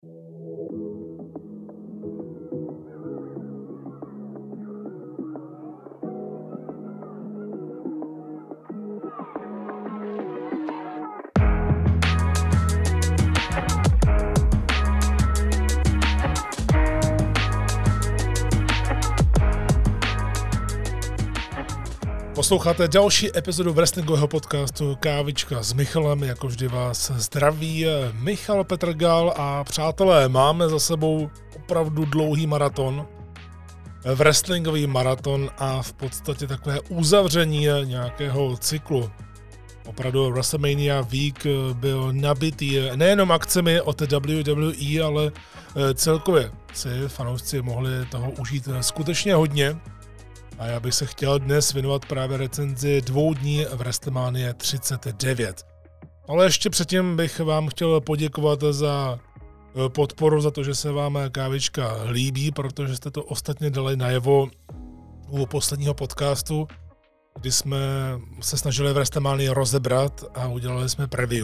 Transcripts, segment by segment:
Posloucháte další epizodu wrestlingového podcastu Kávička s Michalem, jako vždy vás zdraví Michal Petrgal a přátelé, máme za sebou opravdu dlouhý maraton, wrestlingový maraton a v podstatě takové uzavření nějakého cyklu. Opravdu WrestleMania Week byl nabitý nejenom akcemi od WWE, ale celkově si fanoušci mohli toho užít skutečně hodně. A já bych se chtěl dnes věnovat právě recenzi 2 dní v WrestleMania 39. Ale ještě předtím bych vám chtěl poděkovat za podporu, za to, že se vám kávička líbí, protože jste to ostatně dali najevo u posledního podcastu, kdy jsme se snažili WrestleMania rozebrat a udělali jsme preview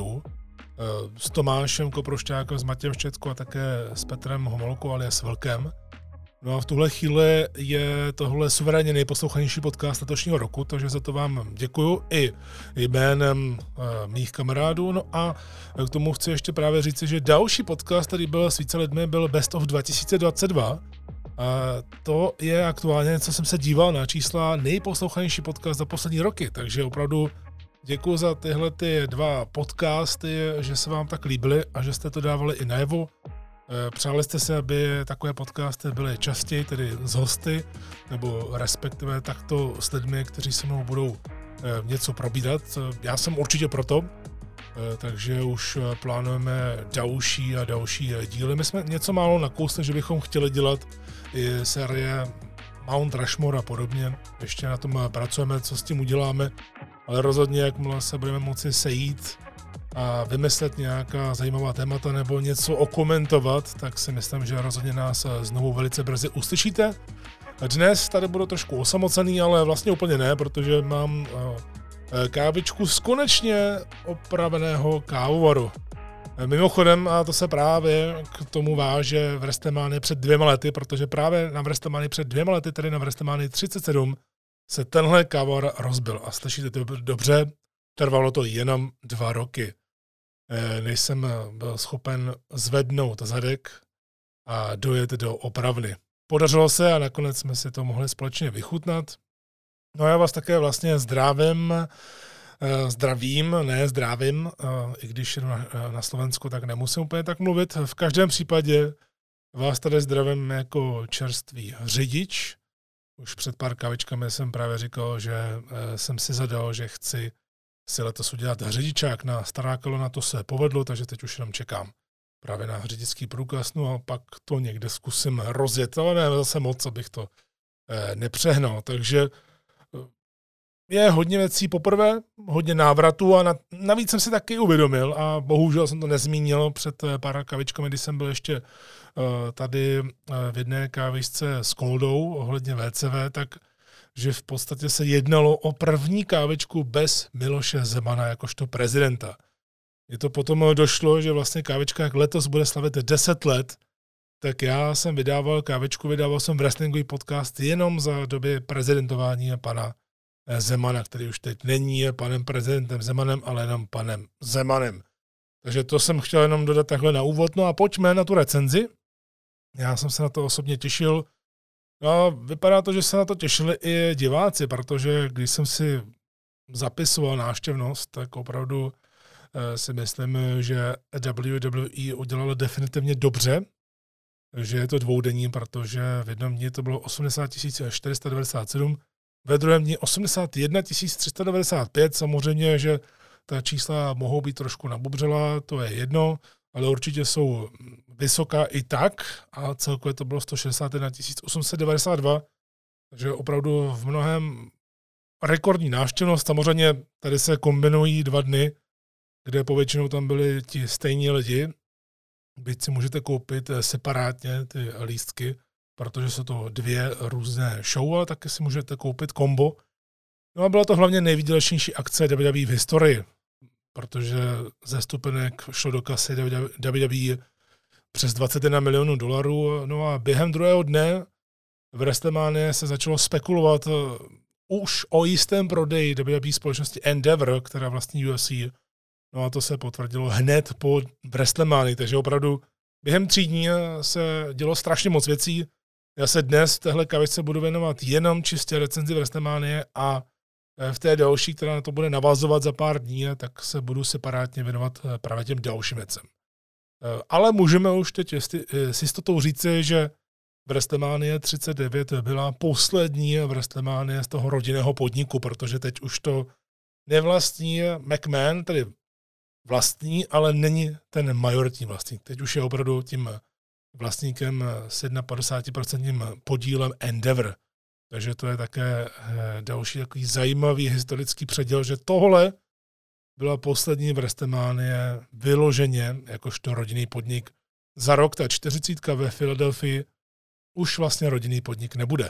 s Tomášem Koprošťákem, s Matějem Štětkou a také s Petrem Homolkou alias Vlkem. No a v tuhle chvíli je tohle suverénně nejposlouchanější podcast letošního roku, takže za to vám děkuju i jménem mých kamarádů. No a k tomu chci ještě právě říci, že další podcast, který byl s více lidmi, byl Best of 2022. A to je aktuálně, co jsem se díval na čísla, nejposlouchanější podcast za poslední roky, takže opravdu děkuju za tyhle 2 podcasty, že se vám tak líbily a že jste to dávali i najevo. Přáli jste se, aby takové podcasty byly častěji, tedy s hosty, nebo respektive takto s lidmi, kteří se mnou budou něco probídat. Já jsem určitě proto, takže už plánujeme další a další díly. My jsme něco málo nakousli, že bychom chtěli dělat i série Mount Rushmore a podobně. Ještě na tom pracujeme, co s tím uděláme, ale rozhodně, jakmile se budeme moci sejít a vymyslet nějaká zajímavá témata nebo něco okomentovat, tak si myslím, že rozhodně nás znovu velice brzy uslyšíte. Dnes tady budu trošku osamocený, ale vlastně úplně ne, protože mám kávičku z konečně opraveného kávovaru. Mimochodem, a to se právě k tomu váže WrestleMania před 2 lety, protože právě na WrestleMania před 2 lety, tedy na WrestleMania 37, se tenhle kávovar rozbil. A slyšíte to dobře, trvalo to jenom 2 roky. Než jsem byl schopen zvednout zadek a dojet do opravny. Podařilo se a nakonec jsme si to mohli společně vychutnat. No a já vás také vlastně zdravím, i když na Slovensku tak nemusím úplně tak mluvit. V každém případě vás tady zdravím jako čerstvý řidič. Už před pár kávičkami jsem právě říkal, že jsem si zadal, že chci si letos udělat řidičák na stará kolona, to se povedlo, takže teď už jenom čekám právě na řidičský průkaz, no a pak to někde zkusím rozjet, ale ne zase moc, abych to nepřehnal, takže je hodně věcí poprvé, hodně návratů a navíc jsem si taky uvědomil a bohužel jsem to nezmínil před pár kavičkami, když jsem byl ještě tady v jedné kávičce s Koldou ohledně VCV, tak že v podstatě se jednalo o první kávičku bez Miloše Zemana jakožto prezidenta. Je to potom došlo, že vlastně kávička, jak letos bude slavit 10 let, tak já jsem vydával jsem wrestlingový podcast jenom za doby prezidentování pana Zemana, který už teď není panem prezidentem Zemanem, ale jenom panem Zemanem. Takže to jsem chtěl jenom dodat takhle na úvod. No a pojďme na tu recenzi. Já jsem se na to osobně těšil. No, vypadá to, že se na to těšili i diváci, protože když jsem si zapisoval návštěvnost, tak opravdu si myslím, že WWE udělalo definitivně dobře, že je to 2denní, protože v jednom dni to bylo 80 497, ve druhém dni 81 395, samozřejmě, že ta čísla mohou být trošku nabubřela, to je jedno, ale určitě jsou vysoká i tak a celkově to bylo 161 892, takže opravdu v mnohem rekordní návštěvnost. Samozřejmě tady se kombinují 2 dny, kde povětšinou tam byli ti stejní lidi, byť si můžete koupit separátně ty lístky, protože jsou to 2 různé show, ale taky si můžete koupit kombo. No a byla to hlavně nejvýdělečnější akce WWE v historii, protože ze stupenek šlo do kasy WWE přes 21 milionů dolarů. No a během druhého dne v WrestleMania se začalo spekulovat už o jistém prodeji WWE společnosti Endeavor, která vlastní UFC. No a to se potvrdilo hned po WrestleManii, takže opravdu během 3 dní se dělo strašně moc věcí. Já se dnes v téhle kavičce budu věnovat jenom čistě recenzi WrestleManie a v té další, která na to bude navazovat za pár dní, tak se budu separátně věnovat právě těm dalším věcem. Ale můžeme už teď s jistotou říci, že WrestleMania 39 byla poslední WrestleMania z toho rodinného podniku, protože teď už to nevlastní McMahon, tedy vlastní, ale není ten majoritní vlastník. Teď už je opravdu tím vlastníkem s 51% podílem Endeavor. Takže to je také další takový zajímavý historický předěl, že tohle byla poslední WrestleMania vyloženě, jakožto rodinný podnik. Za rok ta 40 ve Filadelfii už vlastně rodinný podnik nebude.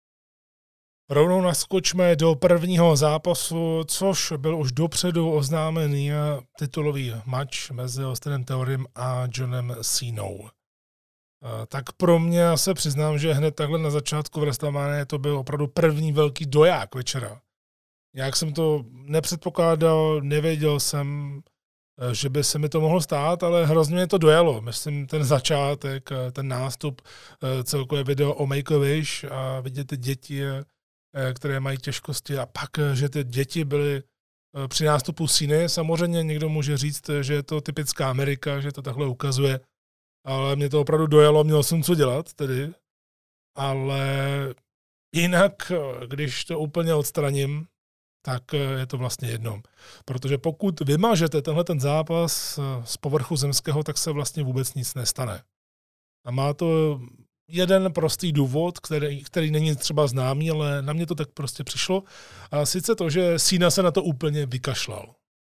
Rovnou naskočme do prvního zápasu, což byl už dopředu oznámený titulový match mezi Austinem Theorym a Johnem Cenou. Tak pro mě, já se přiznám, že hned takhle na začátku WrestleMania to byl opravdu první velký doják večera. Jak jsem to nepředpokládal, nevěděl jsem, že by se mi to mohlo stát, ale hrozně mě to dojalo. Myslím, ten začátek, ten nástup, celkové video o Make-A-Wish a vidět ty děti, které mají těžkosti a pak, že ty děti byly při nástupu Ceny. Samozřejmě někdo může říct, že je to typická Amerika, že to takhle ukazuje, ale mě to opravdu dojalo, měl jsem co dělat tedy, ale jinak, když to úplně odstraním, tak je to vlastně jedno. Protože pokud vymažete tenhle ten zápas z povrchu zemského, tak se vlastně vůbec nic nestane. A má to jeden prostý důvod, který není třeba známý, ale na mě to tak prostě přišlo. A sice to, že Cena se na to úplně vykašlal.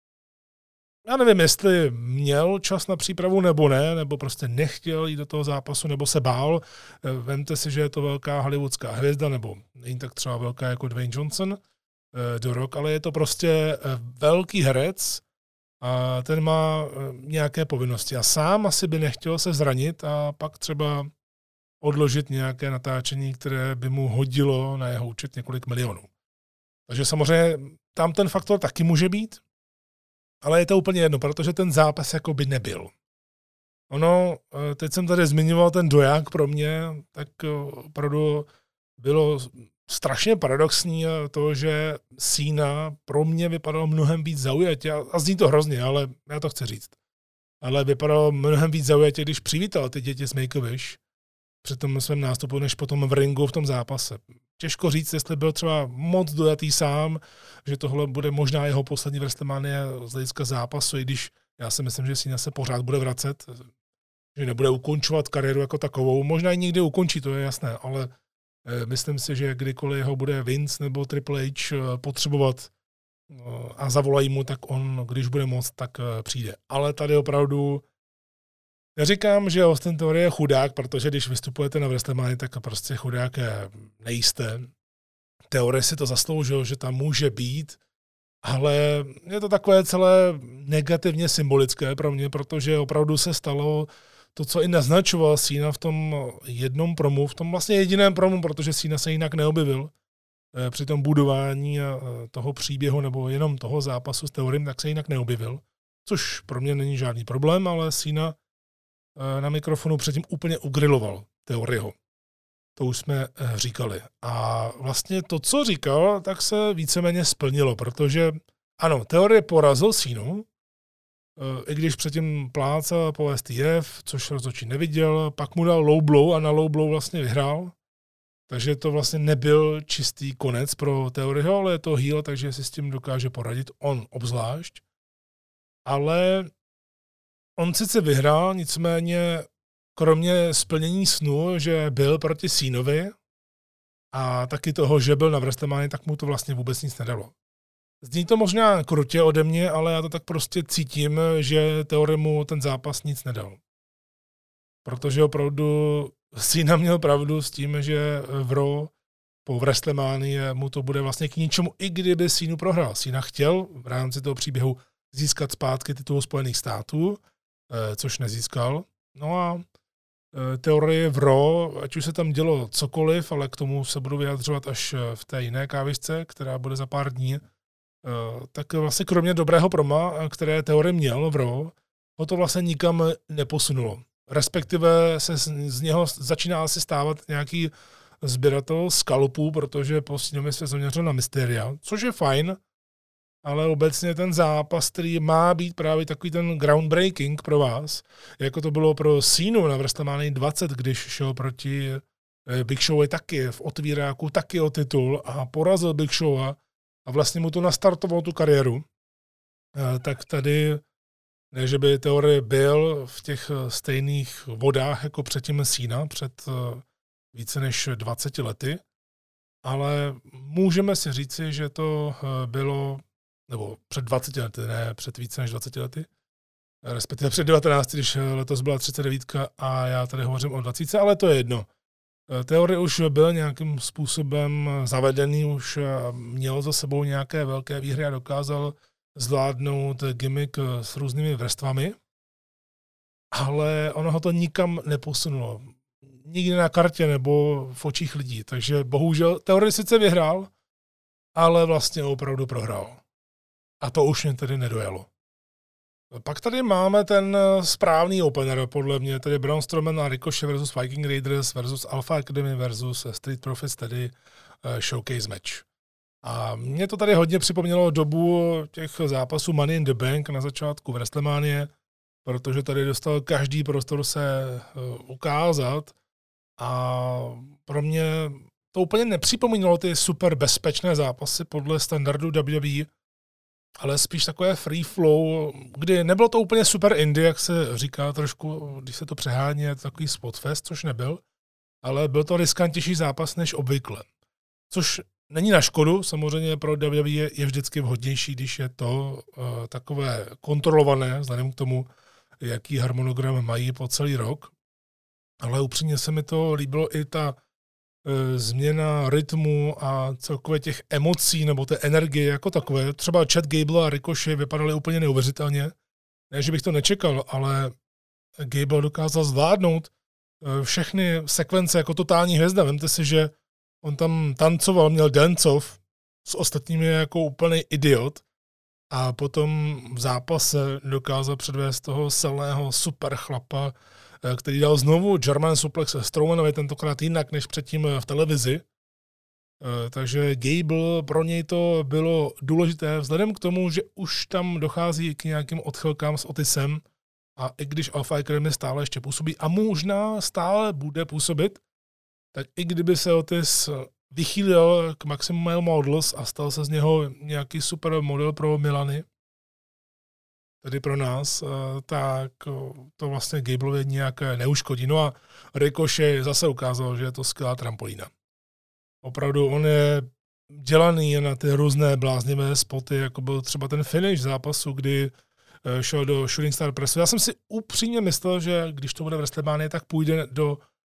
Já nevím, jestli měl čas na přípravu nebo ne, nebo prostě nechtěl jít do toho zápasu, nebo se bál. Vemte si, že je to velká hollywoodská hvězda, nebo není tak třeba velká jako Dwayne Johnson do rok, ale je to prostě velký herec a ten má nějaké povinnosti. A sám asi by nechtěl se zranit a pak třeba odložit nějaké natáčení, které by mu hodilo na jeho účet několik milionů. Takže samozřejmě tam ten faktor taky může být, ale je to úplně jedno, protože ten zápas jako by nebyl. Ono, teď jsem tady zmiňoval ten doják pro mě, tak opravdu bylo strašně paradoxní to, že Cena pro mě vypadal mnohem víc zaujatě, a zní to hrozně, ale já to chci říct. Ale vypadal mnohem víc zaujatě, když přivítal ty děti z Make-A-Wish při tom svém nástupu, než potom v ringu v tom zápase. Těžko říct, jestli byl třeba moc dojatý sám, že tohle bude možná jeho poslední WrestleMania z hlediska zápasu, i když já si myslím, že Cena se pořád bude vracet, že nebude ukončovat kariéru jako takovou. Možná i někdy ukončí, to je jasné, ale myslím si, že kdykoliv ho bude Vince nebo Triple H potřebovat a zavolají mu, tak on, když bude moct, tak přijde. Ale tady opravdu neříkám, že Austin Theory je chudák, protože když vystupujete na WrestleMania, tak prostě chudák nejste. Theory si to zasloužil, že tam může být, ale je to takové celé negativně symbolické pro mě, protože opravdu se stalo to, co i naznačoval Cena v tom jednom promu, v tom vlastně jediném promu, protože Cena se jinak neobjevil při tom budování toho příběhu nebo jenom toho zápasu s Theorym, tak se jinak neobjevil, což pro mě není žádný problém, ale Cena na mikrofonu předtím úplně ugriloval Theoryho. To už jsme říkali. A vlastně to, co říkal, tak se víceméně splnilo, protože ano, Theory porazil Cenu, i když předtím plácal po STF, což rozhodčí neviděl, pak mu dal low blow a na low blow vlastně vyhrál. Takže to vlastně nebyl čistý konec pro Theoryho, ale je to heel, takže si s tím dokáže poradit on obzvlášť. Ale on sice vyhrál, nicméně kromě splnění snu, že byl proti Cenovi a taky toho, že byl na WrestleMania, tak mu to vlastně vůbec nic nedalo. Zní to možná krutě ode mě, ale já to tak prostě cítím, že Theory mu ten zápas nic nedal. Protože opravdu Cena měl pravdu s tím, že v Raw po WrestleMania mu to bude vlastně k ničemu, i kdyby Cenu prohrál. Cena chtěl v rámci toho příběhu získat zpátky titul Spojených států, což nezískal. No a teorie v Raw, ať už se tam dělo cokoliv, ale k tomu se budu vyjadřovat až v té jiné kávičce, která bude za pár dní, tak vlastně kromě dobrého proma, které teorie měl v Raw, ho to vlastně nikam neposunulo. Respektive se z něho začíná asi stávat nějaký sběratel skalpů, protože postupně se zaměřil na Mysteria, což je fajn, ale obecně ten zápas, který má být právě takový ten groundbreaking pro vás, jako to bylo pro Cenu na WrestleMania 20, když šel proti Big Showovi taky v otvíráku, taky o titul a porazil Big Showa a vlastně mu to nastartovalo tu kariéru, tak tady, ne, že by teorie byl v těch stejných vodách jako předtím Cena, před více než 20 lety, ale můžeme si říci, že to bylo, nebo před 20 lety, ne před více než 20 lety, respektive před 19, když letos byla 39 a já tady hovořím o 20, ale to je jedno. Teorie už byl nějakým způsobem zavedený, už měl za sebou nějaké velké výhry a dokázal zvládnout gimmick s různými vrstvami, ale ono ho to nikam neposunulo. Nikdy na kartě nebo v očích lidí, takže bohužel teorie sice vyhrál, ale vlastně opravdu prohrál. A to už mě tedy nedojelo. Pak tady máme ten správný opener, podle mě, tedy Braun Strowman a Ricochet versus Viking Raiders versus Alpha Academy versus Street Profits, tedy Showcase match. A mě to tady hodně připomnělo dobu těch zápasů Money in the Bank na začátku WrestleMania, protože tady dostal každý prostor se ukázat a pro mě to úplně nepřipomínalo ty super bezpečné zápasy podle standardu WWE, ale spíš takové free flow, kdy nebylo to úplně super indie, jak se říká trošku, když se to přehání, je to takový spotfest, což nebyl, ale byl to riskantější zápas než obvykle. Což není na škodu, samozřejmě pro WWE je vždycky vhodnější, když je to takové kontrolované, vzhledem k tomu, jaký harmonogram mají po celý rok. Ale upřímně se mi to líbilo i ta změna rytmu a celkově těch emocí nebo té energie jako takové. Třeba Chad Gable a Ricochet vypadaly úplně neuvěřitelně. Ne, že bych to nečekal, ale Gable dokázal zvládnout všechny sekvence jako totální hvězda. Vemte si, že on tam tancoval, měl dance-off s ostatními jako úplný idiot a potom v zápase dokázal předvést toho silného super chlapa, který dal znovu German suplex Strowmanovi, tentokrát jinak než předtím v televizi. Takže Gable, pro něj to bylo důležité vzhledem k tomu, že už tam dochází k nějakým odchylkám s Otisem a i když Alpha Academy stále ještě působí a možná stále bude působit, tak i kdyby se Otis vychýlil k Maximum Male Models a stal se z něho nějaký super model pro Milany, tedy pro nás, tak to vlastně Gableovi nějak neuškodí. No a Ricochet zase ukázal, že je to skvělá trampolína. Opravdu on je dělaný na ty různé bláznivé spoty, jako byl třeba ten finish zápasu, kdy šel do Shooting Star Pressu. Já jsem si upřímně myslel, že když to bude v WrestleMania, tak půjde do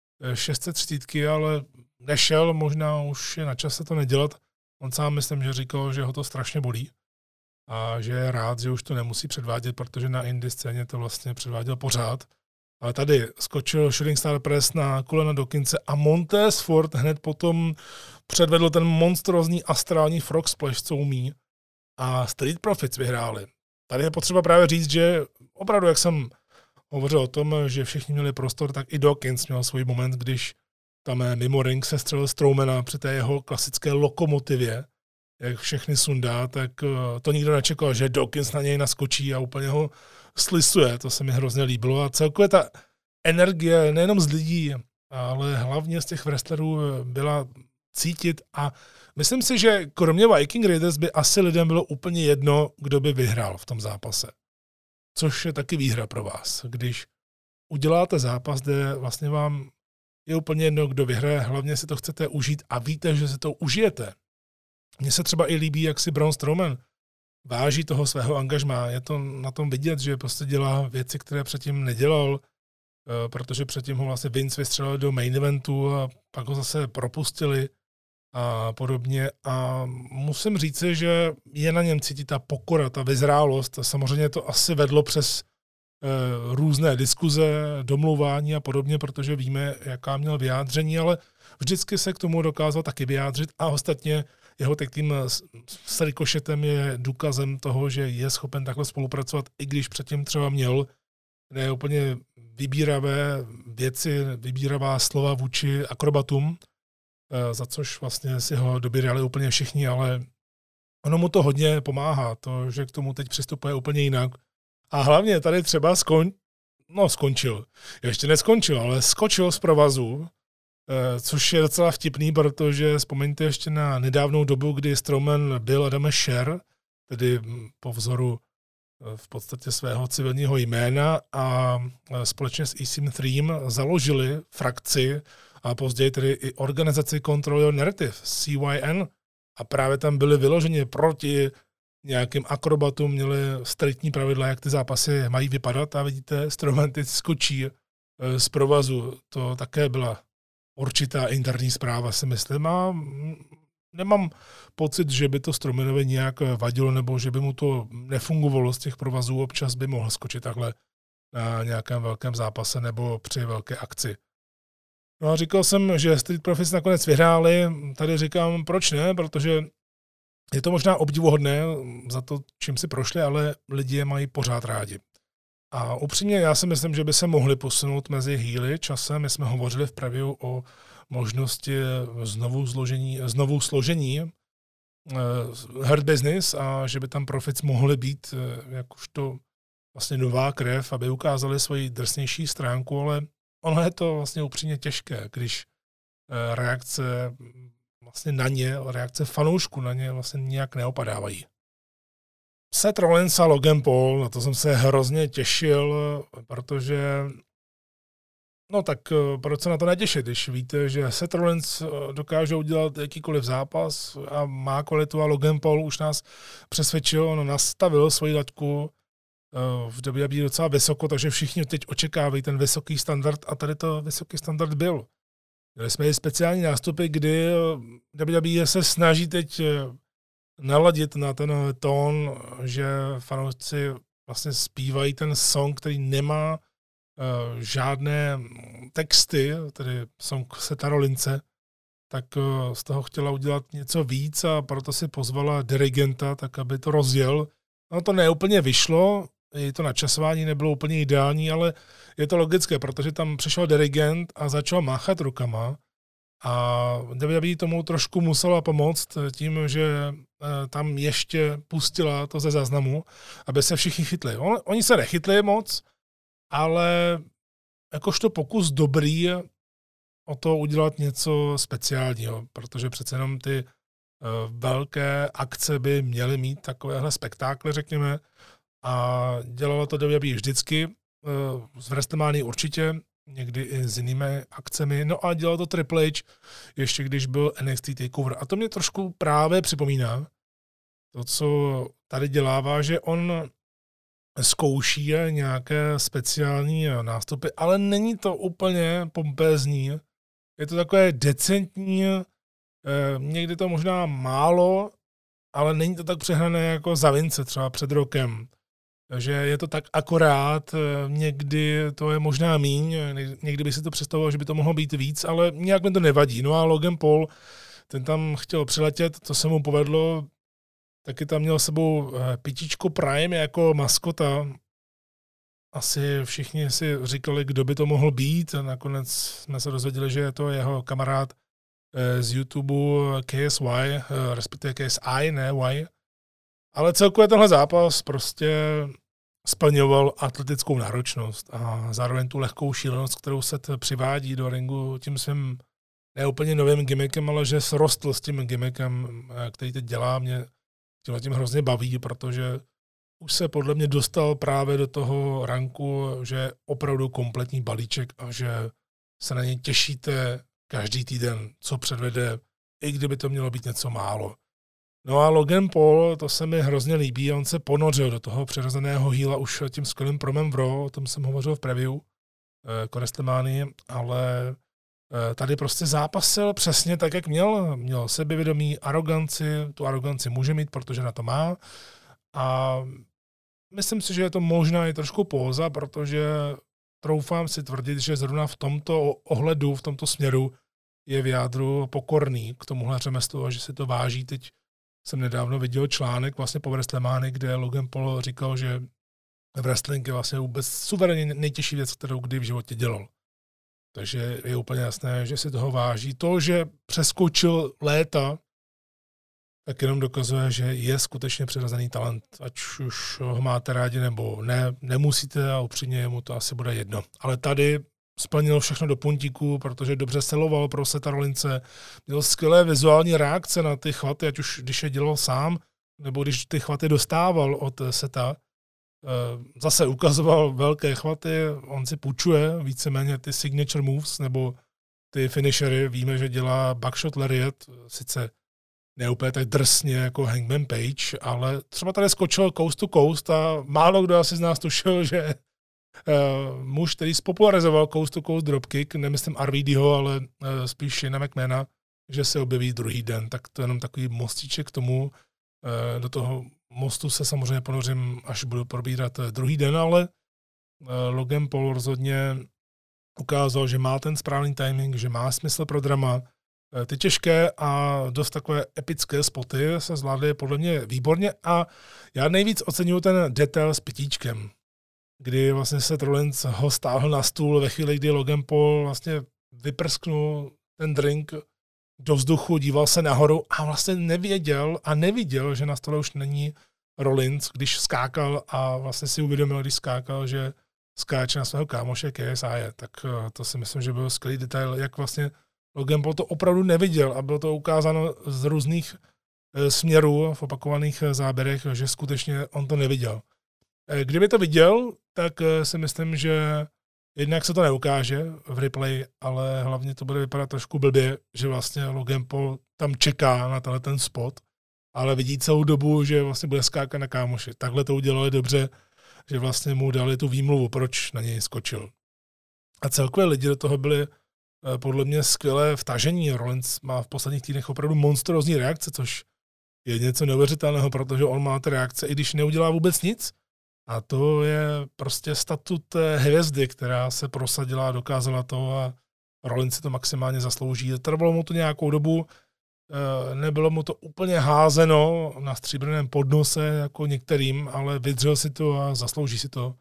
630, ale nešel, možná už je na čase to nedělat. On sám myslím, že říkal, že ho to strašně bolí a že je rád, že už to nemusí předvádět, protože na indie scéně to vlastně předváděl pořád. Ale tady skočil Shooting Star Press na kolena Dawkinse a Montez Ford hned potom předvedl ten monstrózní astrální frog splash, co umí. A Street Profits vyhráli. Tady je potřeba právě říct, že opravdu, jak jsem hovořil o tom, že všichni měli prostor, tak i Dawkins měl svůj moment, když tam mimo ring se střelil Strowmana při té jeho klasické lokomotivě, jak všechny sundá, tak to nikdo nečekal, že Dawkins na něj naskočí a úplně ho slisuje. To se mi hrozně líbilo. A celkově ta energie nejenom z lidí, ale hlavně z těch wrestlerů byla cítit a myslím si, že kromě Viking Raiders by asi lidem bylo úplně jedno, kdo by vyhrál v tom zápase. Což je taky výhra pro vás. Když uděláte zápas, kde vlastně vám je úplně jedno, kdo vyhraje, hlavně si to chcete užít a víte, že si to užijete. Mně se třeba i líbí, jak si Braun Strowman váží toho svého angažmá. Je to na tom vidět, že prostě dělá věci, které předtím nedělal, protože předtím ho vlastně Vince vystřelil do main eventu a pak ho zase propustili a podobně. A musím říci, že je na něm cítit ta pokora, ta vyzrálost. Samozřejmě to asi vedlo přes různé diskuze, domlouvání a podobně, protože víme, jaká měl vyjádření, ale vždycky se k tomu dokázal taky vyjádřit a ostatně jeho tag team s Ricochetem je důkazem toho, že je schopen takhle spolupracovat, i když předtím třeba měl ne úplně vybíravé věci, vybíravá slova vůči akrobatům, za což vlastně si ho dobírali úplně všichni, ale ono mu to hodně pomáhá, to, že k tomu teď přistupuje úplně jinak. A hlavně tady třeba skončil. Ještě neskončil, ale skočil z provazu, což je docela vtipný, protože vzpomeňte ještě na nedávnou dobu, kdy Strowman byl Adam Scherr, tedy po vzoru v podstatě svého civilního jména a společně s EC3 založili frakci a později tedy i organizaci Control Your Narrative, CYN, a právě tam byli vyloženě proti nějakým akrobatům, měli striktní pravidla, jak ty zápasy mají vypadat a vidíte, Strowman teď skočí z provazu. To také byla určitá interní zpráva, si myslím, a nemám pocit, že by to Strowmanovi nějak vadilo, nebo že by mu to nefungovalo z těch provazů. Občas by mohl skočit takhle na nějakém velkém zápase nebo při velké akci. No a říkal jsem, že Street Profits nakonec vyhráli. Tady říkám, proč ne, protože je to možná obdivuhodné za to, čím si prošli, ale lidi je mají pořád rádi. A upřímně já si myslím, že by se mohli posunout mezi healy časem. My jsme hovořili v preview o možnosti znovu složení Hurt Business a že by tam Profits mohly být jakožto vlastně nová krev, aby ukázali svoji drsnější stránku, ale ono je to vlastně upřímně těžké, když reakce vlastně na ně, reakce fanoušků na ně vlastně nijak neopadávají. Seth Rollins a Logan Paul, na to jsem se hrozně těšil, protože no tak proč se na to netěšit, když víte, že Seth Rollins dokáže udělat jakýkoliv zápas a má kvalitu a Logan Paul už nás přesvědčil, on nastavil svoji laťku v WWE docela vysoko, takže všichni teď očekávají ten vysoký standard a tady to vysoký standard byl. Měli jsme i speciální nástupy, kdy WWE se snaží teď naladit na ten tón, že fanoušci vlastně zpívají ten song, který nemá žádné texty, tedy song Setha Rollinse, tak z toho chtěla udělat něco víc a proto si pozvala dirigenta, tak aby to rozjel. No to neúplně vyšlo, i to načasování nebylo úplně ideální, ale je to logické, protože tam přišel dirigent a začal máchat rukama a WWE tomu trošku musela pomoct tím, že tam ještě pustila to ze záznamu, aby se všichni chytli. Oni se nechytli moc, ale jakožto pokus dobrý o to udělat něco speciálního, protože přece jenom ty velké akce by měly mít takovéhle spektákly, řekněme, a dělalo to WWE vždycky, z WrestleMania určitě, někdy i s jinými akcemi, no a dělal to Triple H, ještě když byl NXT TakeOver. A to mě trošku právě připomíná to, co tady dělává, že on zkouší nějaké speciální nástupy, ale není to úplně pompézní. Je to takové decentní, někdy to možná málo, ale není to tak přehrané jako za Vince třeba před rokem. Takže je to tak akorát, někdy to je možná míň, někdy by si to představoval, že by to mohlo být víc, ale nějak mi to nevadí. No a Logan Paul, ten tam chtěl přiletět, to se mu povedlo, taky tam měl s sebou Pitíčko Prime jako maskota. Asi všichni si říkali, kdo by to mohl být. Nakonec jsme se dozvěděli, že je to jeho kamarád z YouTube KSY, respektive KSI, ne Y. Ale celkově tenhle zápas prostě splňoval atletickou náročnost a zároveň tu lehkou šílenost, kterou se přivádí do ringu tím svým neúplně novým gimmickem, ale že srostl s tím gimmickem, který teď dělá, mě tím hrozně baví, protože už se podle mě dostal právě do toho ranku, že je opravdu kompletní balíček a že se na něj těšíte každý týden, co předvede, i kdyby to mělo být něco málo. No a Logan Paul, to se mi hrozně líbí, on se ponořil do toho přirozeného heala už tím skvělým promem v Raw, o tom jsem hovořil v preview k WrestleManii, ale tady prostě zápasil přesně tak, jak měl sebevědomí, aroganci, tu aroganci může mít, protože na to má a myslím si, že je to možná i trošku póza, protože troufám si tvrdit, že zrovna v tomto ohledu, v tomto směru je v jádru pokorný k tomuhle řemeslu a že si to váží. Teď jsem nedávno viděl článek vlastně po WrestleManii, kde Logan Paul říkal, že wrestling je vlastně vůbec suverénně nejtěžší věc, kterou kdy v životě dělal. Takže je úplně jasné, že si toho váží. To, že přeskočil léta, tak jenom dokazuje, že je skutečně přirozený talent. Ať už ho máte rádi nebo ne, nemusíte a upřímně mu to asi bude jedno. Ale tady splnil všechno do puntíku, protože dobře seloval pro Setha Rollinse, měl skvělé vizuální reakce na ty chvaty, ať už když je dělal sám, nebo když ty chvaty dostával od Setha. Zase ukazoval velké chvaty, on si půjčuje víceméně ty signature moves, nebo ty finishery. Víme, že dělá Buckshot Lariat, sice ne úplně tak drsně jako Hangman Page, ale třeba tady skočil coast to coast a málo kdo asi z nás tušil, že muž, který spopularizoval coast to coast dropkick, nemyslím RVDho, ale spíš Shana McMahona, že se objeví druhý den. Tak to je jenom takový mostíček k tomu. Do toho mostu se samozřejmě ponořím, až budu probírat druhý den, ale Logan Paul rozhodně ukázal, že má ten správný timing, že má smysl pro drama. Ty těžké a dost takové epické spoty se zvládly podle mě výborně a já nejvíc oceňuji ten detail s pitíčkem, kdy vlastně Seth Rollins ho stáhl na stůl ve chvíli, kdy Logan Paul vlastně vyprsknul ten drink do vzduchu, díval se nahoru a vlastně neviděl, že na stole už není Rollins, když skákal a vlastně si uvědomil, když skákal, že skáče na svého kámoše KSI. Tak to si myslím, že byl skvělý detail, jak vlastně Logan Paul to opravdu neviděl a bylo to ukázáno z různých směrů v opakovaných záběrech, že skutečně on to neviděl. Kdyby to viděl, tak si myslím, že jednak se to neukáže v replay, ale hlavně to bude vypadat trošku blbě, že vlastně Logan Paul tam čeká na ten spot, ale vidí celou dobu, že vlastně bude skákat na kámoši. Takhle to udělali dobře, že vlastně mu dali tu výmluvu, proč na něj skočil. A celkově lidi do toho byli podle mě skvělé vtažení. Rollins má v posledních týdnech opravdu monstrózní reakce, což je něco neuvěřitelného, protože on má ty reakce, i když neudělá vůbec nic. A to je prostě statut hvězdy, která se prosadila a dokázala to a Rollins si to maximálně zaslouží. Trvalo mu to nějakou dobu, nebylo mu to úplně házeno na stříbrném podnose jako některým, ale vydřel si to a zaslouží si to.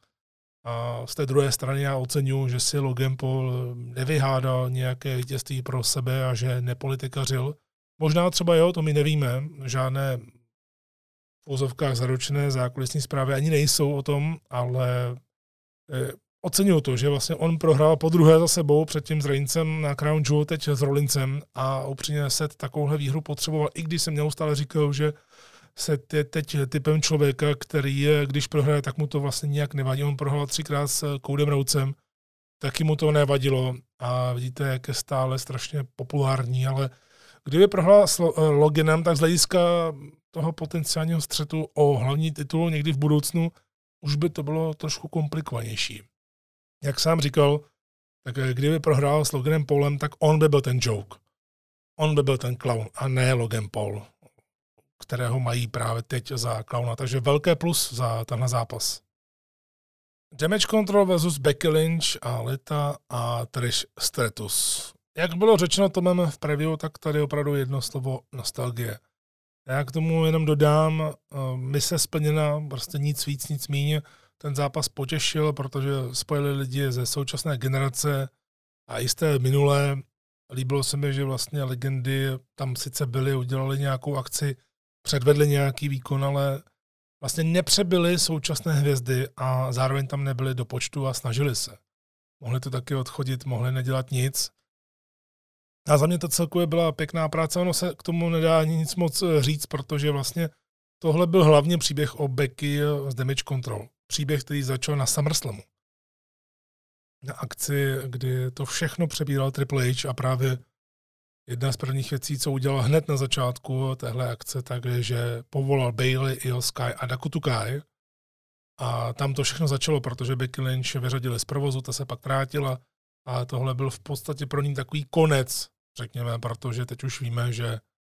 A z té druhé strany já oceňuji, že si Logan Paul nevyhádal nějaké vítězství pro sebe a že nepolitikařil. Možná třeba jo, to my nevíme, žádné v úzovkách zaručené zákulisní zprávy ani nejsou o tom, ale oceňuji to, že vlastně on prohrál podruhé za sebou před tím Reincem na Crown Jewel, teď s Rollinsem a upřímně Seth takovouhle výhru potřeboval, i když jsem neustále říkal, že Seth je teď typem člověka, který když prohraje, tak mu to vlastně nijak nevadí. On prohrál 3krát s Codym Rhodesem, taky mu to nevadilo a vidíte, jak je stále strašně populární, ale kdyby prohrál s Loganem, tak z hlediska toho potenciálního střetu o hlavní titul někdy v budoucnu už by to bylo trošku komplikovanější. Jak sám říkal, tak kdyby prohrál s Loganem Paulem, tak on by byl ten joke. On by byl ten clown a ne Logan Paul, kterého mají právě teď za clowna. Takže velké plus za tenhle zápas. Damage Control versus Becky Lynch a Lita a Trish Stratus. Jak bylo řečeno Tomem v preview, tak tady opravdu jedno slovo nostalgie. Já k tomu jenom dodám, mise splněna, prostě nic víc, nic míň. Ten zápas potěšil, protože spojili lidi ze současné generace a i z té minulé. Líbilo se mi, že vlastně legendy tam sice byly, udělali nějakou akci, předvedli nějaký výkon, ale vlastně nepřebyli současné hvězdy a zároveň tam nebyli do počtu a snažili se. Mohli to taky odchodit, mohli nedělat nic. A za mě to celkově byla pěkná práce, ono se k tomu nedá ani nic moc říct, protože vlastně tohle byl hlavně příběh o Becky z Damage Control. Příběh, který začal na SummerSlamu. Na akci, kdy to všechno přebíral Triple H a právě jedna z prvních věcí, co udělal hned na začátku téhle akce, takže povolal Bayley, Io Sky a Dakota Kai. A tam to všechno začalo, protože Becky Lynch vyřadili z provozu, ta se pak vrátila a tohle byl v podstatě pro ní takový konec, řekněme, protože teď už víme, že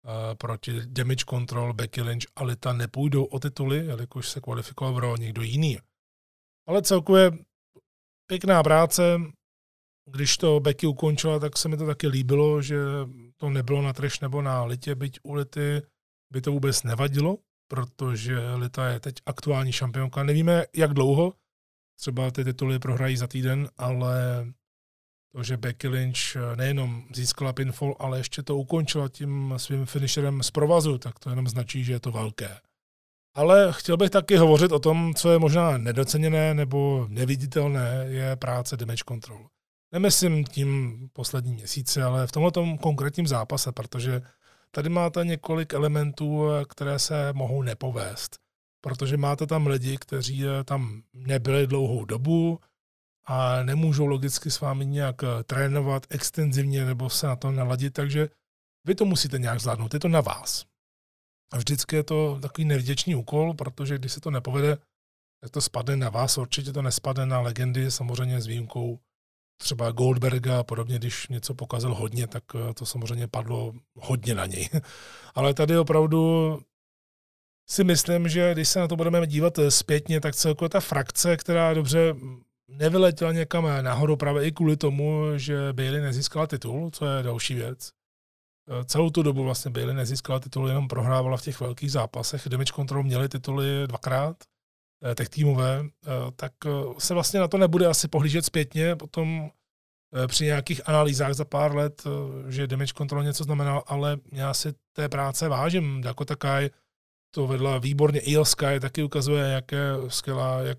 proti Damage Control, Becky Lynch a Lita nepůjdou o tituly, jelikož se kvalifikoval v Raw někdo jiný. Ale celkově pěkná práce. Když to Becky ukončila, tak se mi to taky líbilo, že to nebylo na Trish nebo na Litě, byť u Lity by to vůbec nevadilo, protože Lita je teď aktuální šampionka. Nevíme, jak dlouho, třeba ty tituly prohrají za týden, ale to, že Becky Lynch nejenom získala pinfall, ale ještě to ukončila tím svým finisherem z provazu, tak to jenom značí, že je to velké. Ale chtěl bych taky hovořit o tom, co je možná nedoceněné nebo neviditelné, je práce Damage Control. Nemyslím tím poslední měsíce, ale v tomto konkrétním zápase, protože tady máte několik elementů, které se mohou nepovést. Protože máte tam lidi, kteří tam nebyli dlouhou dobu a nemůžou logicky s vámi nějak trénovat extenzivně nebo se na to naladit, takže vy to musíte nějak zvládnout, je to na vás. A vždycky je to takový nevděčný úkol, protože když se to nepovede, tak to spadne na vás, určitě to nespadne na legendy, samozřejmě s výjimkou třeba Goldberga a podobně, když něco pokazil hodně, tak to samozřejmě padlo hodně na něj. Ale tady opravdu si myslím, že když se na to budeme dívat zpětně, tak celkově ta frakce, která dobře nevyletěla někam nahoru právě i kvůli tomu, že Bayley nezískala titul, co je další věc. Celou tu dobu vlastně Bayley nezískala titul, jenom prohrávala v těch velkých zápasech. Damage Control měli tituly dvakrát, tech týmové, tak se vlastně na to nebude asi pohlížet zpětně potom při nějakých analýzách za pár let, že Damage Control něco znamenal, ale já si té práce vážím. Dakota Kai to vedla výborně, Io Sky taky ukazuje, jak je skvělá, jak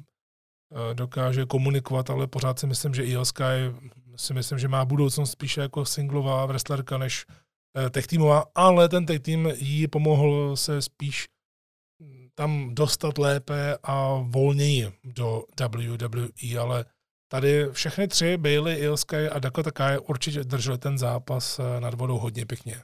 dokáže komunikovat, ale pořád si myslím, že Io Sky si myslím, že má budoucnost spíše jako singlová wrestlerka než tech týmová, ale ten tech tým jí pomohl se spíš tam dostat lépe a volněji do WWE, ale tady všechny tři, Bayley, Io Sky a Dakota Kai, určitě drželi ten zápas nad vodou hodně pěkně.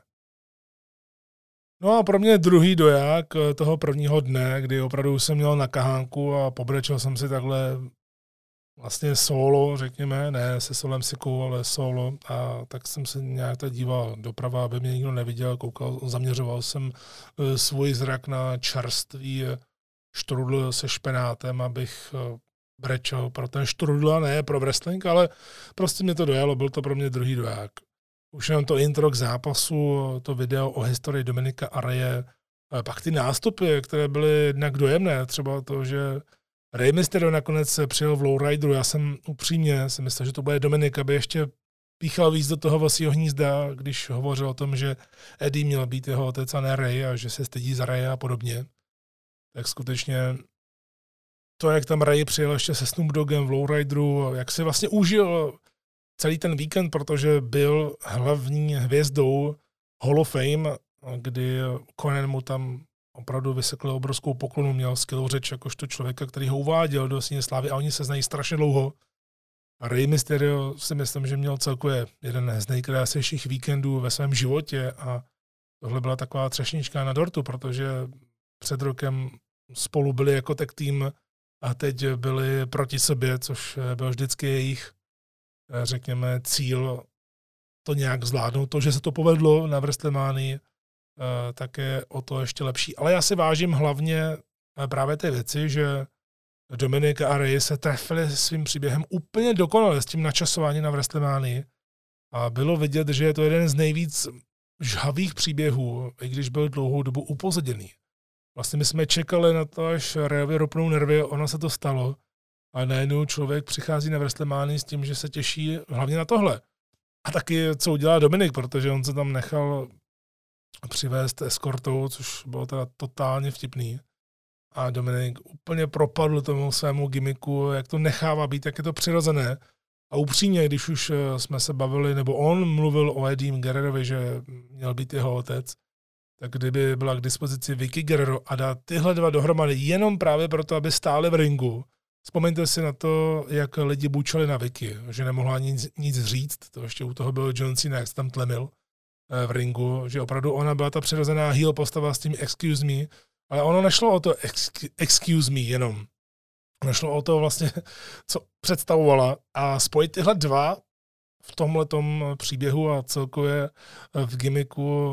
No a pro mě druhý doják toho prvního dne, kdy opravdu jsem měl na kahánku a pobrečel jsem si takhle vlastně solo, řekněme, ne se Solem Sikou, ale solo, a tak jsem se nějak tak díval doprava, aby mě nikdo neviděl, koukal, zaměřoval jsem svůj zrak na čerstvý štrudl se špenátem, abych brečel pro ten štrudl a ne pro wrestling, ale prostě mě to dojalo, byl to pro mě druhý doják. Už jenom to intro k zápasu, to video o historii Dominika a Raye, pak ty nástupy, které byly jednak dojemné, třeba to, že Rey Mysterio nakonec přijel v lowrideru, já jsem upřímně si myslel, že to bude Dominik, aby ještě píchal víc do toho vlastního hnízda, když hovořil o tom, že Eddie měl být jeho otec a ne Rey a že se stydí za Raye a podobně. Tak skutečně to, jak tam Rey přijel ještě se Snoop Doggem v lowrideru, jak si vlastně užil celý ten víkend, protože byl hlavní hvězdou Hall of Fame, kdy Conan mu tam opravdu vysekl obrovskou poklonu, měl skvělou řeč jakožto člověka, který ho uváděl do síně slávy a oni se znají strašně dlouho. A Rey Mysterio si myslím, že měl celkově jeden z nejkrásnějších víkendů ve svém životě a tohle byla taková třešnička na dortu, protože před rokem spolu byli jako tag tým a teď byli proti sobě, což byl vždycky jejich, řekněme, cíl to nějak zvládnout. To, že se to povedlo na WrestleManii, tak je o to ještě lepší. Ale já si vážím hlavně právě ty věci, že Dominik a Rey se trefili svým příběhem úplně dokonale s tím načasováním na WrestleManii a bylo vidět, že je to jeden z nejvíc žhavých příběhů, i když byl dlouhou dobu upozaděný. Vlastně my jsme čekali na to, až Reyovi ropnou nervy, ono se to stalo a najednou člověk přichází na WrestleManii s tím, že se těší hlavně na tohle. A taky, co udělá Dominik, protože on se tam nechal přivést eskortou, což bylo teda totálně vtipný. A Dominik úplně propadl tomu svému gimmicku, jak to nechává být, jak je to přirozené. A upřímně, když už jsme se bavili, nebo on mluvil o Eddie Guerrerovi, že měl být jeho otec, tak kdyby byla k dispozici Vicky Guerrero a dát tyhle dva dohromady jenom právě proto, aby stáli v ringu. Vzpomeňte si na to, jak lidi bučeli na Vicky, že nemohla nic říct, to ještě u toho byl John Cena, jak se tam tlemil v ringu, že opravdu ona byla ta přirozená heel postava s tím excuse me, ale ono nešlo o to excuse me jenom. Nešlo o to vlastně, co představovala a spojit tyhle dva v tomhletom příběhu a celkově v gimmicku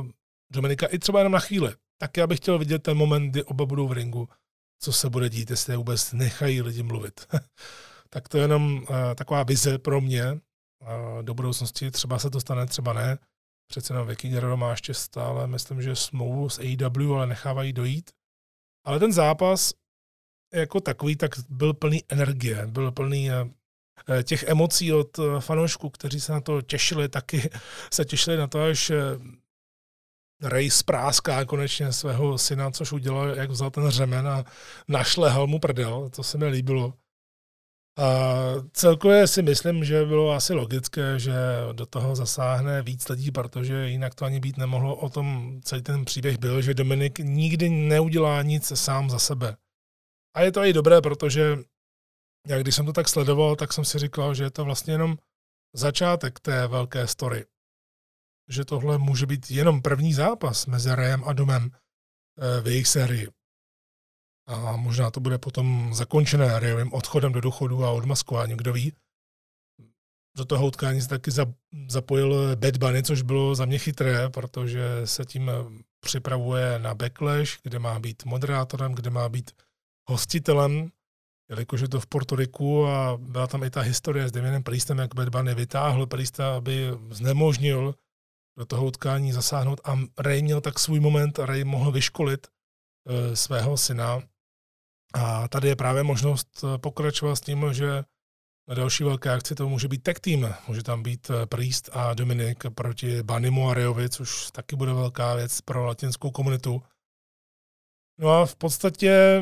Dominika i třeba jenom na chvíli. Tak já bych chtěl vidět ten moment, kdy oba budou v ringu, co se bude dít, jestli vůbec nechají lidi mluvit. Tak to je jenom taková vize pro mě do budoucnosti. Třeba se to stane, třeba ne. Přece jenom Vicky Guerrero má ještě stále, myslím, že smlouvu s AEW, ale nechávají dojít. Ale ten zápas jako takový, tak byl plný energie, byl plný těch emocí od fanoušků, kteří se na to těšili, taky se těšili na to, až Ray spráská konečně svého syna, což udělal, jak vzal ten řemen a našlehal mu prdel, to se mi líbilo. A celkově si myslím, že bylo asi logické, že do toho zasáhne víc lidí, protože jinak to ani být nemohlo. O tom celý ten příběh byl, že Dominik nikdy neudělá nic sám za sebe. A je to i dobré, protože já když jsem to tak sledoval, tak jsem si říkal, že je to vlastně jenom začátek té velké story. Že tohle může být jenom první zápas mezi Rayem a Domem v jejich sérii. A možná to bude potom zakončené Rayovým odchodem do důchodu a odmaskování, kdo ví. Do toho utkání se taky zapojil Bad Bunny, což bylo za mě chytré, protože se tím připravuje na Backlash, kde má být moderátorem, kde má být hostitelem, jelikož je to v Portoriku a byla tam i ta historie s Damienem Priestem, jak Bad Bunny vytáhl Priesta, aby znemožnil do toho utkání zasáhnout a Ray měl tak svůj moment a Ray mohl vyškolit svého syna. A tady je právě možnost pokračovat s tím, že na další velké akci to může být tag team. Může tam být Priest a Dominik proti Bunnymu a Rayovi, což taky bude velká věc pro latinskou komunitu. No a v podstatě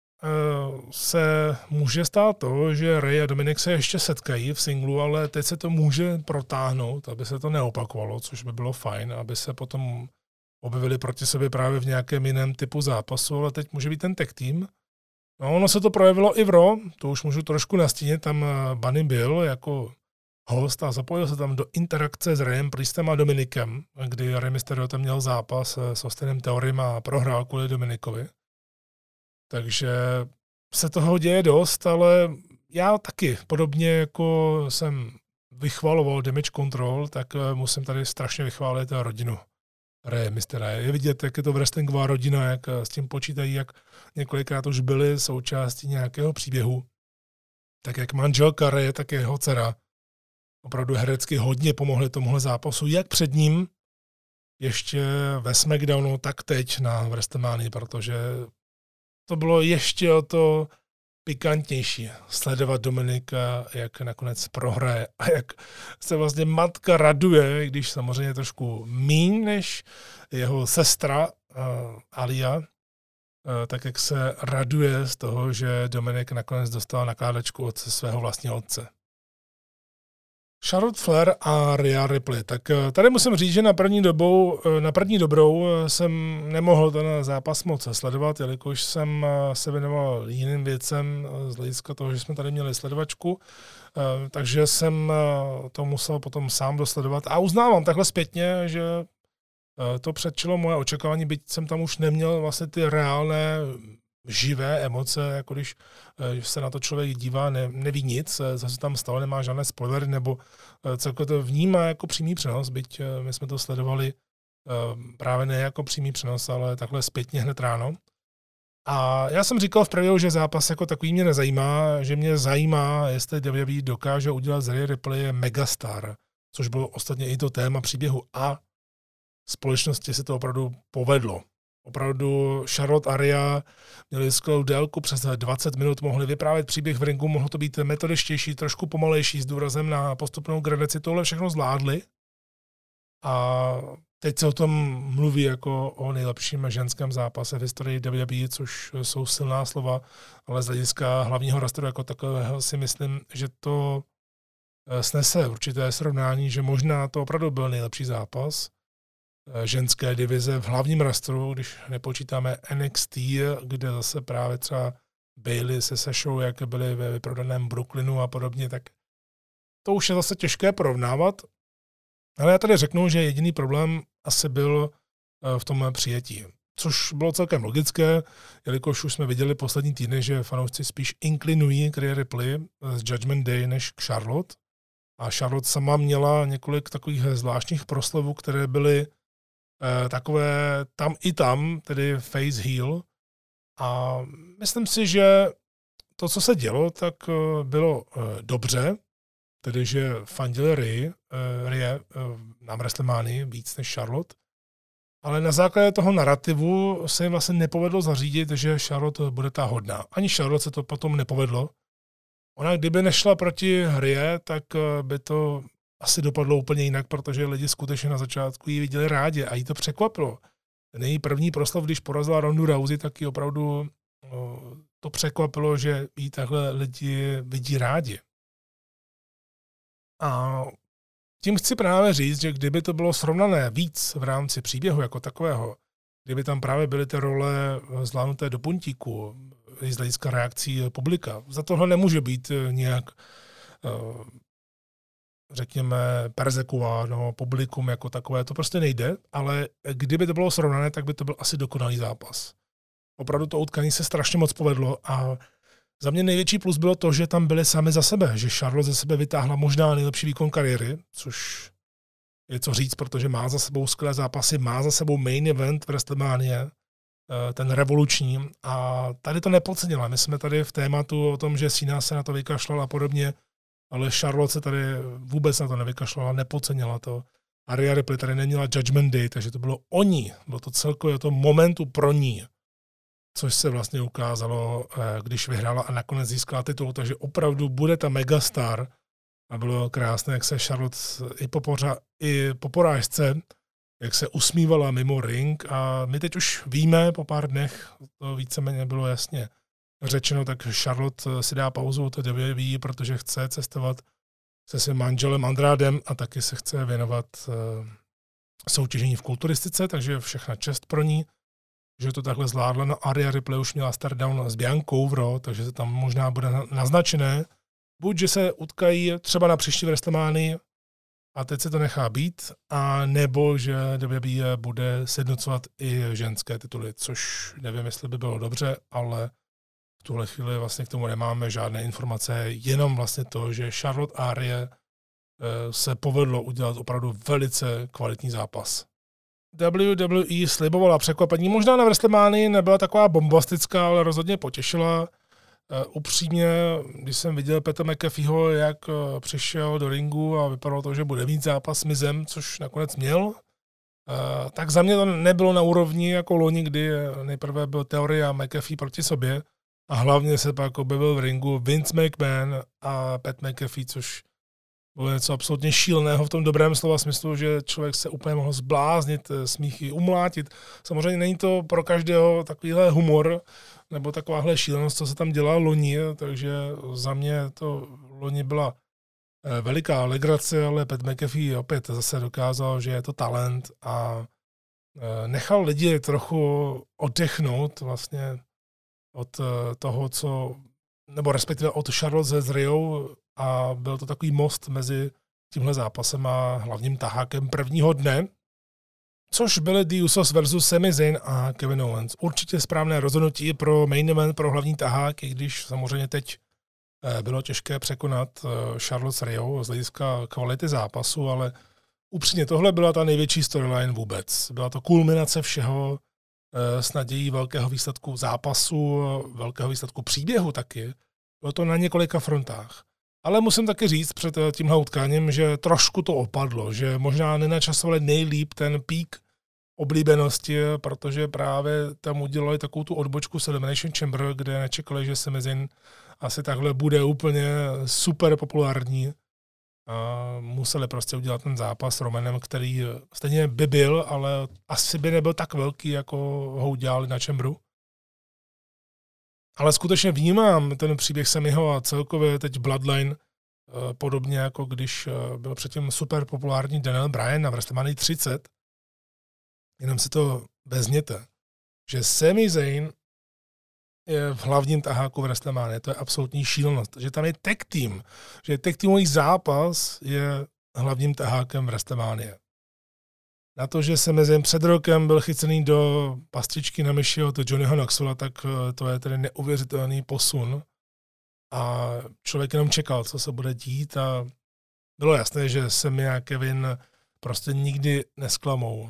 se může stát to, že Ray a Dominik se ještě setkají v singlu, ale teď se to může protáhnout, aby se to neopakovalo, což by bylo fajn, aby se potom objevili proti sobě právě v nějakém jiném typu zápasu, ale teď může být ten tag team. No, ono se to projevilo i v Raw, to už můžu trošku nastínit, tam Bunny byl jako host a zapojil se tam do interakce s Rayem, Priestem a Dominikem, kdy Rey Mysterio tam měl zápas s Austinem Theorym a prohrál kvůli Dominikovi. Takže se toho děje dost, ale já taky, podobně jako jsem vychvaloval Damage Control, tak musím tady strašně vychválit rodinu Rey Mysteria. Je vidět, jak je to wrestlingová rodina, jak s tím počítají, jak několikrát už byli součástí nějakého příběhu. Tak jak manželka Rey, tak jeho dcera. Opravdu herecky hodně pomohli tomuhle zápasu, jak před ním, ještě ve SmackDownu, tak teď na WrestleMania, protože to bylo ještě o to pikantnější sledovat Dominika, jak nakonec prohraje a jak se vlastně matka raduje, když samozřejmě trošku míň než jeho sestra Alia, tak jak se raduje z toho, že Dominik nakonec dostal nakládečku od svého vlastního otce. Charlotte Flair a Rhea Ripley. Tak tady musím říct, že na první dobrou jsem nemohl ten zápas moc sledovat, jelikož jsem se věnoval jiným věcem z hlediska toho, že jsme tady měli sledovačku, takže jsem to musel potom sám dosledovat a uznávám takhle zpětně, že to předčilo moje očekávání, byť jsem tam už neměl vlastně ty reálné živé emoce, jako když se na to člověk dívá, neví nic, co se tam stalo, nemá žádné spoilery, nebo celkově to vnímá jako přímý přenos, byť my jsme to sledovali právě ne jako přímý přenos, ale takhle zpětně hned ráno. A já jsem říkal v preview, že zápas jako takový mě nezajímá, že mě zajímá, jestli WWE dokáže udělat z Rhea Ripley megastar, což bylo ostatně i to téma příběhu a společnosti se to opravdu povedlo. Opravdu Charlotte a Rhea měli skvělou délku, přes 20 minut mohli vyprávět příběh v ringu, mohlo to být metodičtější, trošku pomalejší, s důrazem na postupnou gradaci, tohle všechno zvládli. A teď se o tom mluví jako o nejlepším ženském zápase v historii WWE, což jsou silná slova, ale z hlediska hlavního rosteru jako takového si myslím, že to snese určité srovnání, že možná to opravdu byl nejlepší zápas ženské divize v hlavním rastru, když nepočítáme NXT, kde zase právě třeba Bayley se Sashou, jak byli ve vyprodaném Brooklynu a podobně, tak to už je zase těžké porovnávat. Ale já tady řeknu, že jediný problém asi byl v tom přijetí, což bylo celkem logické, jelikož už jsme viděli poslední týdny, že fanoušci spíš inklinují k Rhea Ripley z Judgment Day než k Charlotte. A Charlotte sama měla několik takových zvláštních proslovů, které byly takové tam i tam, tedy face heel. A myslím si, že to, co se dělo, tak bylo dobře, tedy že fandili Rhea na WrestleManii víc než Charlotte, ale na základě toho narrativu se jim vlastně nepovedlo zařídit, že Charlotte bude ta hodná. Ani Charlotte se to potom nepovedlo. Ona, kdyby nešla proti Rhea, tak by to asi dopadlo úplně jinak, protože lidi skutečně na začátku ji viděli rádi a jí to překvapilo. Ten její první proslov, když porazila Rondu Rousey, tak ji opravdu to překvapilo, že jí takhle lidi vidí rádi. A tím chci právě říct, že kdyby to bylo srovnané víc v rámci příběhu jako takového, kdyby tam právě byly ty role zvládnuté do puntíku, z hlediska reakcí publika, za tohle nemůže být nějak, řekněme, perzekuováno publikum jako takové, to prostě nejde, ale kdyby to bylo srovnané, tak by to byl asi dokonalý zápas. Opravdu to utkání se strašně moc povedlo a za mě největší plus bylo to, že tam byli sami za sebe, že Charlotte ze sebe vytáhla možná nejlepší výkon kariéry, což je co říct, protože má za sebou skvělé zápasy, má za sebou main event v WrestleMania, ten revoluční, a tady to nepodcenila. My jsme tady v tématu o tom, že Cena se na to vykašlala a podobně, ale Charlotte se tady vůbec na to nevykašlala, nepodcenila to. A Rhea Ripley tady neměla Judgment Day, takže to bylo o ní, bylo to celkově to momentu pro ní, což se vlastně ukázalo, když vyhrála a nakonec získala titul, takže opravdu bude ta megastar. A bylo krásné, jak se Charlotte i po porážce, jak se usmívala mimo ring, a my teď už víme po pár dnech, to víceméně bylo jasně řečeno, tak Charlotte si dá pauzu od WWE, protože chce cestovat se svým manželem Andrádem a taky se chce věnovat soutěžení v kulturistice, takže všechna čest pro ní, že to takhle zvládla. No a Rhea Ripley už měla start down s Biancou v Raw, takže se tam možná bude naznačené, buď, že se utkají třeba na příští WrestleManii a teď se to nechá být, a nebo že WWE bude sjednocovat i ženské tituly, což nevím, jestli by bylo dobře, ale v tuhle chvíli vlastně k tomu nemáme žádné informace, jenom vlastně to, že Charlotte a Rhea se povedlo udělat opravdu velice kvalitní zápas. WWE slibovala překvapení, možná na WrestleManii nebyla taková bombastická, ale rozhodně potěšila. Upřímně, když jsem viděl Peta McAfeeho, jak přišel do ringu a vypadalo to, že bude mít zápas s Mizem, což nakonec měl, tak za mě to nebylo na úrovni jako loni, kdy nejprve byl Theory a McAfee proti sobě a hlavně se pak objevil v ringu Vince McMahon a Pat McAfee, což bylo něco absolutně šíleného v tom dobrém slova smyslu, že člověk se úplně mohl zbláznit, smíchy umlátit. Samozřejmě není to pro každého takovýhle humor nebo takováhle šílenost, co se tam dělá loni, takže za mě to loni byla veliká legrace, ale Pat McAfee opět zase dokázal, že je to talent a nechal lidi trochu oddechnout vlastně od toho, co, nebo respektive od Charlotte s Rheou, a byl to takový most mezi tímhle zápasem a hlavním tahákem prvního dne, což byly The Usos versus Sami Zayn a Kevin Owens. Určitě správné rozhodnutí pro main event, pro hlavní tahák, i když samozřejmě teď bylo těžké překonat Charlotte s Rheou z hlediska kvality zápasu, ale upřímně tohle byla ta největší storyline vůbec. Byla to kulminace všeho s nadějí velkého výsledku zápasu, velkého výsledku příběhu taky. Bylo to na několika frontách. Ale musím taky říct před tímhle utkáním, že trošku to opadlo, že možná nenačasovali nejlíp ten pík oblíbenosti, protože právě tam udělali takovou tu odbočku s Elimination Chamber, kde nečekali, že Sami Zayn asi takhle bude úplně super populární. A museli prostě udělat ten zápas s Romanem, který stejně by byl, ale asi by nebyl tak velký, jako ho udělali na Chamberu. Ale skutečně vnímám ten příběh Samiho a celkově teď Bloodline, podobně jako když byl předtím super populární Daniel Bryan na WrestleMania 30. Jenom si to vezměte, že Sami Zayn je v hlavním taháku v WrestleMania. To je absolutní šílenost. Že tam je tag team, že tag teamový zápas je hlavním tahákem v WrestleMania. Na to, že se mezi před rokem byl chycený do pastičky na myši od Johnnyho Knoxville, tak to je tedy neuvěřitelný posun. A člověk jenom čekal, co se bude dít, a bylo jasné, že Sami a Kevin prostě nikdy nesklamou.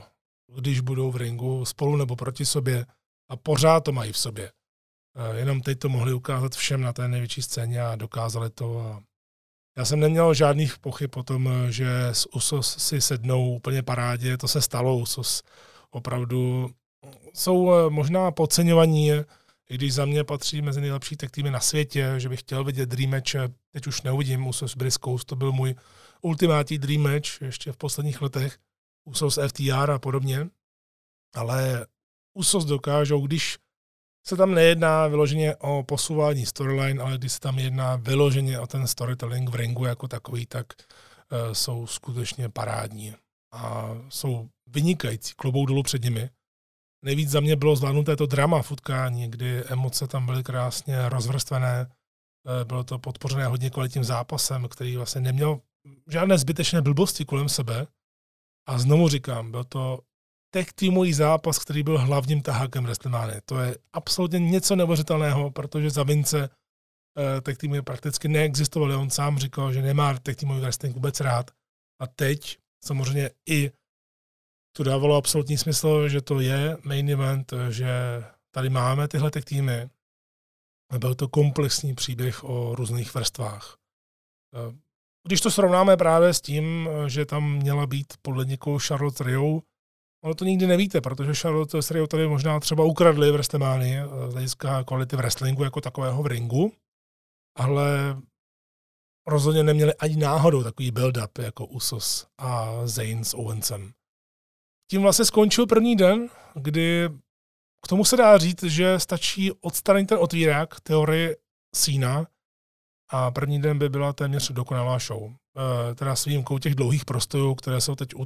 když budou v ringu spolu nebo proti sobě a pořád to mají v sobě. Jenom teď to mohli ukázat všem na té největší scéně a dokázali to. A já jsem neměl žádných pochyb o tom, že s Usos si sednou úplně parádě. To se stalo. Usos opravdu jsou možná podceňovaní, i když za mě patří mezi nejlepší tag týmy na světě, že bych chtěl vidět dream match. Teď už neuvidím Usos Briscoes, to byl můj ultimátní dream match ještě v posledních letech. Usos FTR a podobně. Ale Usos dokážou, když se tam nejedná vyloženě o posouvání storyline, ale když se tam jedná vyloženě o ten storytelling v ringu jako takový, tak jsou skutečně parádní a jsou vynikající, klobouk dolů před nimi. Nejvíc za mě bylo zvládnuté to drama v utkání, kdy emoce tam byly krásně rozvrstvené, bylo to podpořené hodně kvalitním zápasem, který vlastně neměl žádné zbytečné blbosti kolem sebe. A znovu říkám, byl to tag týmový zápas, který byl hlavním tahákem WrestleMania. To je absolutně něco neuvěřitelného, protože za Vince tag týmy prakticky neexistovaly. On sám říkal, že nemá tag týmový wrestling vůbec rád. A teď samozřejmě i to dávalo absolutní smysl, že to je main event, že tady máme tyhle tag týmy. Byl to komplexní příběh o různých vrstvách. Když to srovnáme právě s tím, že tam měla být podle někoho Charlotte Rio, ale to nikdy nevíte, protože Charlotte s Rio tady možná třeba ukradli v WrestleManii z hlediska kvality wrestlingu jako takového v ringu, ale rozhodně neměli ani náhodou takový build-up jako Usos a Zayn s Owensem. Tím vlastně skončil první den, kdy k tomu se dá říct, že stačí odstranit ten otvírák teorie Cena a první den by byla téměř dokonalá show. Teda s výjimkou těch dlouhých prostojů, které jsou teď u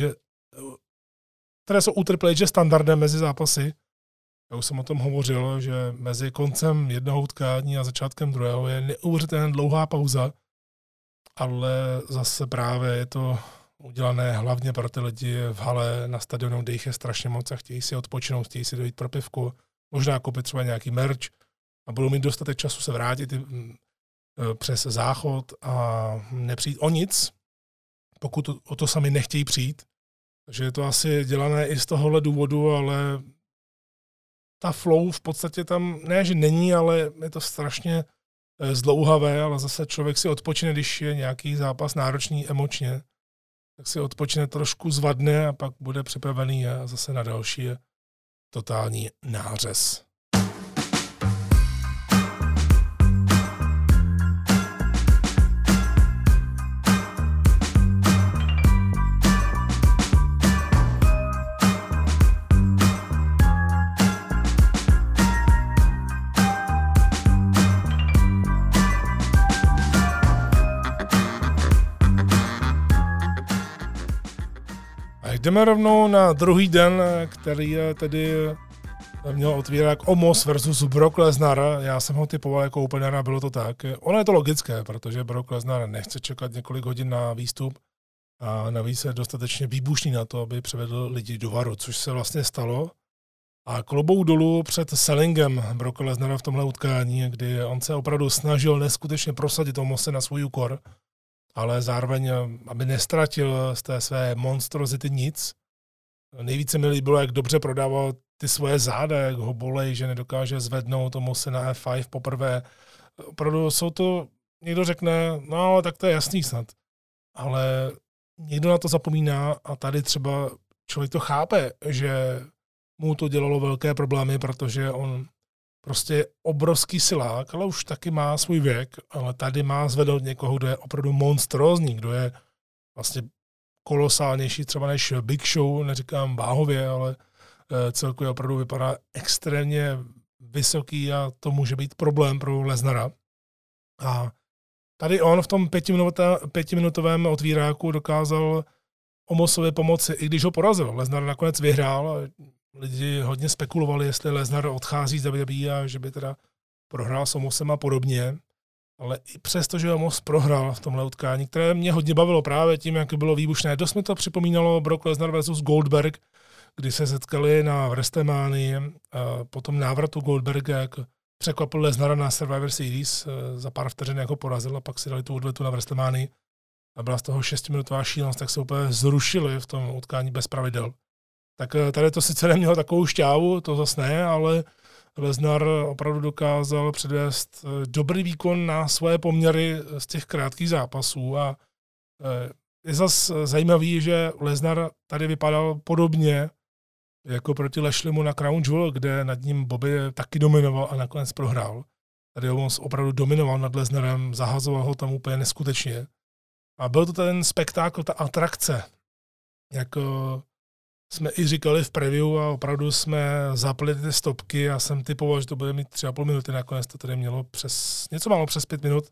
Triple H standardem mezi zápasy. Já už jsem o tom hovořil, že mezi koncem jednoho utkání a začátkem druhého je neuvěřitelně dlouhá pauza, ale zase právě je to udělané hlavně pro ty lidi v hale na stadionu, kde jich je strašně moc a chtějí si odpočinout, chtějí si dojít pro pivku, možná koupit třeba nějaký merch a budou mít dostatek času se vrátit přes záchod a nepřijít o nic, pokud o to sami nechtějí přijít. Takže je to asi dělané i z tohohle důvodu, ale ta flow v podstatě tam, ne, že není, ale je to strašně zdlouhavé, ale zase člověk si odpočine, když je nějaký zápas náročný emočně, tak si odpočine, trošku zvadne a pak bude připravený a zase na další totální nářez. Jdeme rovnou na druhý den, který tedy měl otvírák Omos versus Brock Lesnar. Já jsem ho typoval jako openera, bylo to tak. Ono je to logické, protože Brock Lesnar nechce čekat několik hodin na výstup a navíc je dostatečně výbušný na to, aby převedl lidi do varu, což se vlastně stalo. A klobouk dolů před sellingem Brock Lesnara v tomhle utkání, kdy on se opravdu snažil neskutečně prosadit Omose na svůj úkor, ale zároveň, aby nestratil z té své monstrozity nic. Nejvíce mi líbilo, jak dobře prodával ty svoje záda, jak ho bolej, že nedokáže zvednout tomu se na F5 poprvé. Opravdu jsou to, někdo řekne, no ale tak to je jasný snad. Ale někdo na to zapomíná a tady třeba člověk to chápe, že mu to dělalo velké problémy, protože on prostě je obrovský silák, ale už taky má svůj věk, ale tady má zvednout někoho, kdo je opravdu monstrózní, kdo je vlastně kolosálnější třeba než Big Show, neříkám váhově, ale celkově opravdu vypadá extrémně vysoký a to může být problém pro Lesnara. A tady on v tom 5minutovém otvíráku dokázal Omosovi pomoci, i když ho porazil. Lesnar nakonec vyhrál. Lidi hodně spekulovali, jestli Lesnar odchází z WWE a že by teda prohrál s Omosem a podobně. Ale i přesto, že Omos prohrál v tomhle utkání, které mě hodně bavilo právě tím, jak bylo výbušné. Dost mi to připomínalo Brock Lesnar versus Goldberg, kdy se setkali na WrestleManii a po tom návratu Goldberga, jak překvapil Lesnara na Survivor Series, za pár vteřin jako porazil a pak si dali tu odletu na WrestleManii a byla z toho 6minutová šílenost, tak se úplně zrušili v tom utkání bez pravidel. Tak tady to sice nemělo takovou šťávu, to zase ne, ale Lesnar opravdu dokázal předvést dobrý výkon na svoje poměry z těch krátkých zápasů a je zase zajímavý, že Lesnar tady vypadal podobně jako proti Lashleymu na Crown Jewel, kde nad ním Bobby taky dominoval a nakonec prohrál. Tady on opravdu dominoval nad Lesnarem, zahazoval ho tam úplně neskutečně. A byl to ten spektákl, ta atrakce, jak jsme i říkali v preview a opravdu jsme zapli ty stopky. Já jsem typoval, že to bude mít 3,5 minuty, nakonec to tady mělo něco málo přes 5 minut.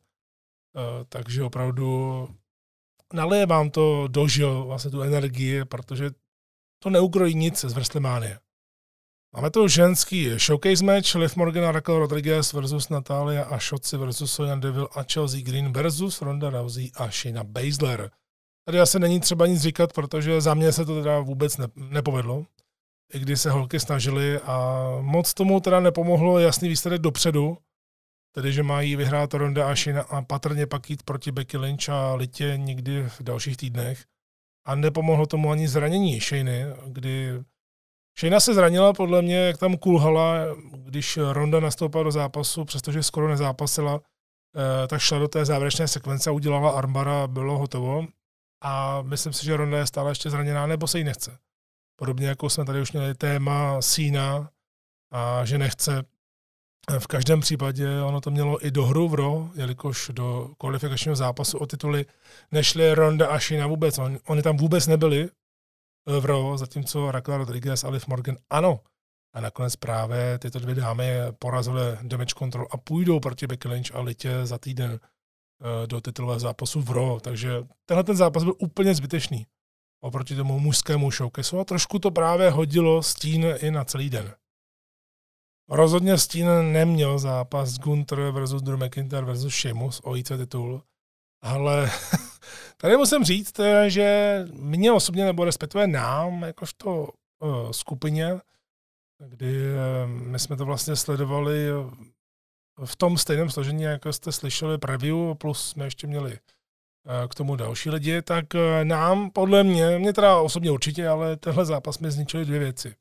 Takže opravdu nalije vám to do žil, vlastně tu energii, protože to neukrojí nic z WrestleMania. Máme tu ženský showcase match, Liv Morgan a Raquel Rodriguez versus Natália a Shotzi versus Sonya Deville a Chelsea Green versus Ronda Rousey a Shayna Baszler. Tady asi není třeba nic říkat, protože za mě se to teda vůbec nepovedlo, i když se holky snažily a moc tomu teda nepomohlo jasný výsledek dopředu, tedy že mají vyhrát Ronda a Shayna a patrně pak jít proti Becky Lynch a Litě někdy v dalších týdnech. A nepomohlo tomu ani zranění Shayny, kdy Shayna se zranila podle mě, jak tam kulhala, když Ronda nastoupila do zápasu, přestože skoro nezápasila, tak šla do té závěrečné sekvence a udělala armbar a bylo hotovo. A myslím si, že Ronda je stále ještě zraněná, nebo se jí nechce. Podobně jako jsme tady už měli téma Cena a že nechce. V každém případě ono to mělo i do hru v Raw, jelikož do kvalifikačního zápasu o tituly nešly Ronda a Shayna vůbec. Oni tam vůbec nebyli v Raw, zatímco Raquel Rodriguez a Liv Morgan ano. A nakonec právě tyto dvě dámy porazily Damage Control a půjdou proti Becky Lynch a Litě za týden do titulového zápasu v Raw. Takže tenhle ten zápas byl úplně zbytečný oproti tomu mužskému showcaseu a trošku to právě hodilo stín i na celý den. Rozhodně stín neměl zápas Gunther versus Drew McIntyre versus Sheamus o IC titul, ale tady musím říct, že mě osobně, nebo respektive nám, jakožto skupině, kdy my jsme to vlastně sledovali v tom stejném složení, jako jste slyšeli preview, plus jsme ještě měli k tomu další lidi, tak nám, podle mě teda osobně určitě, ale tenhle zápas mi zničili dvě věci.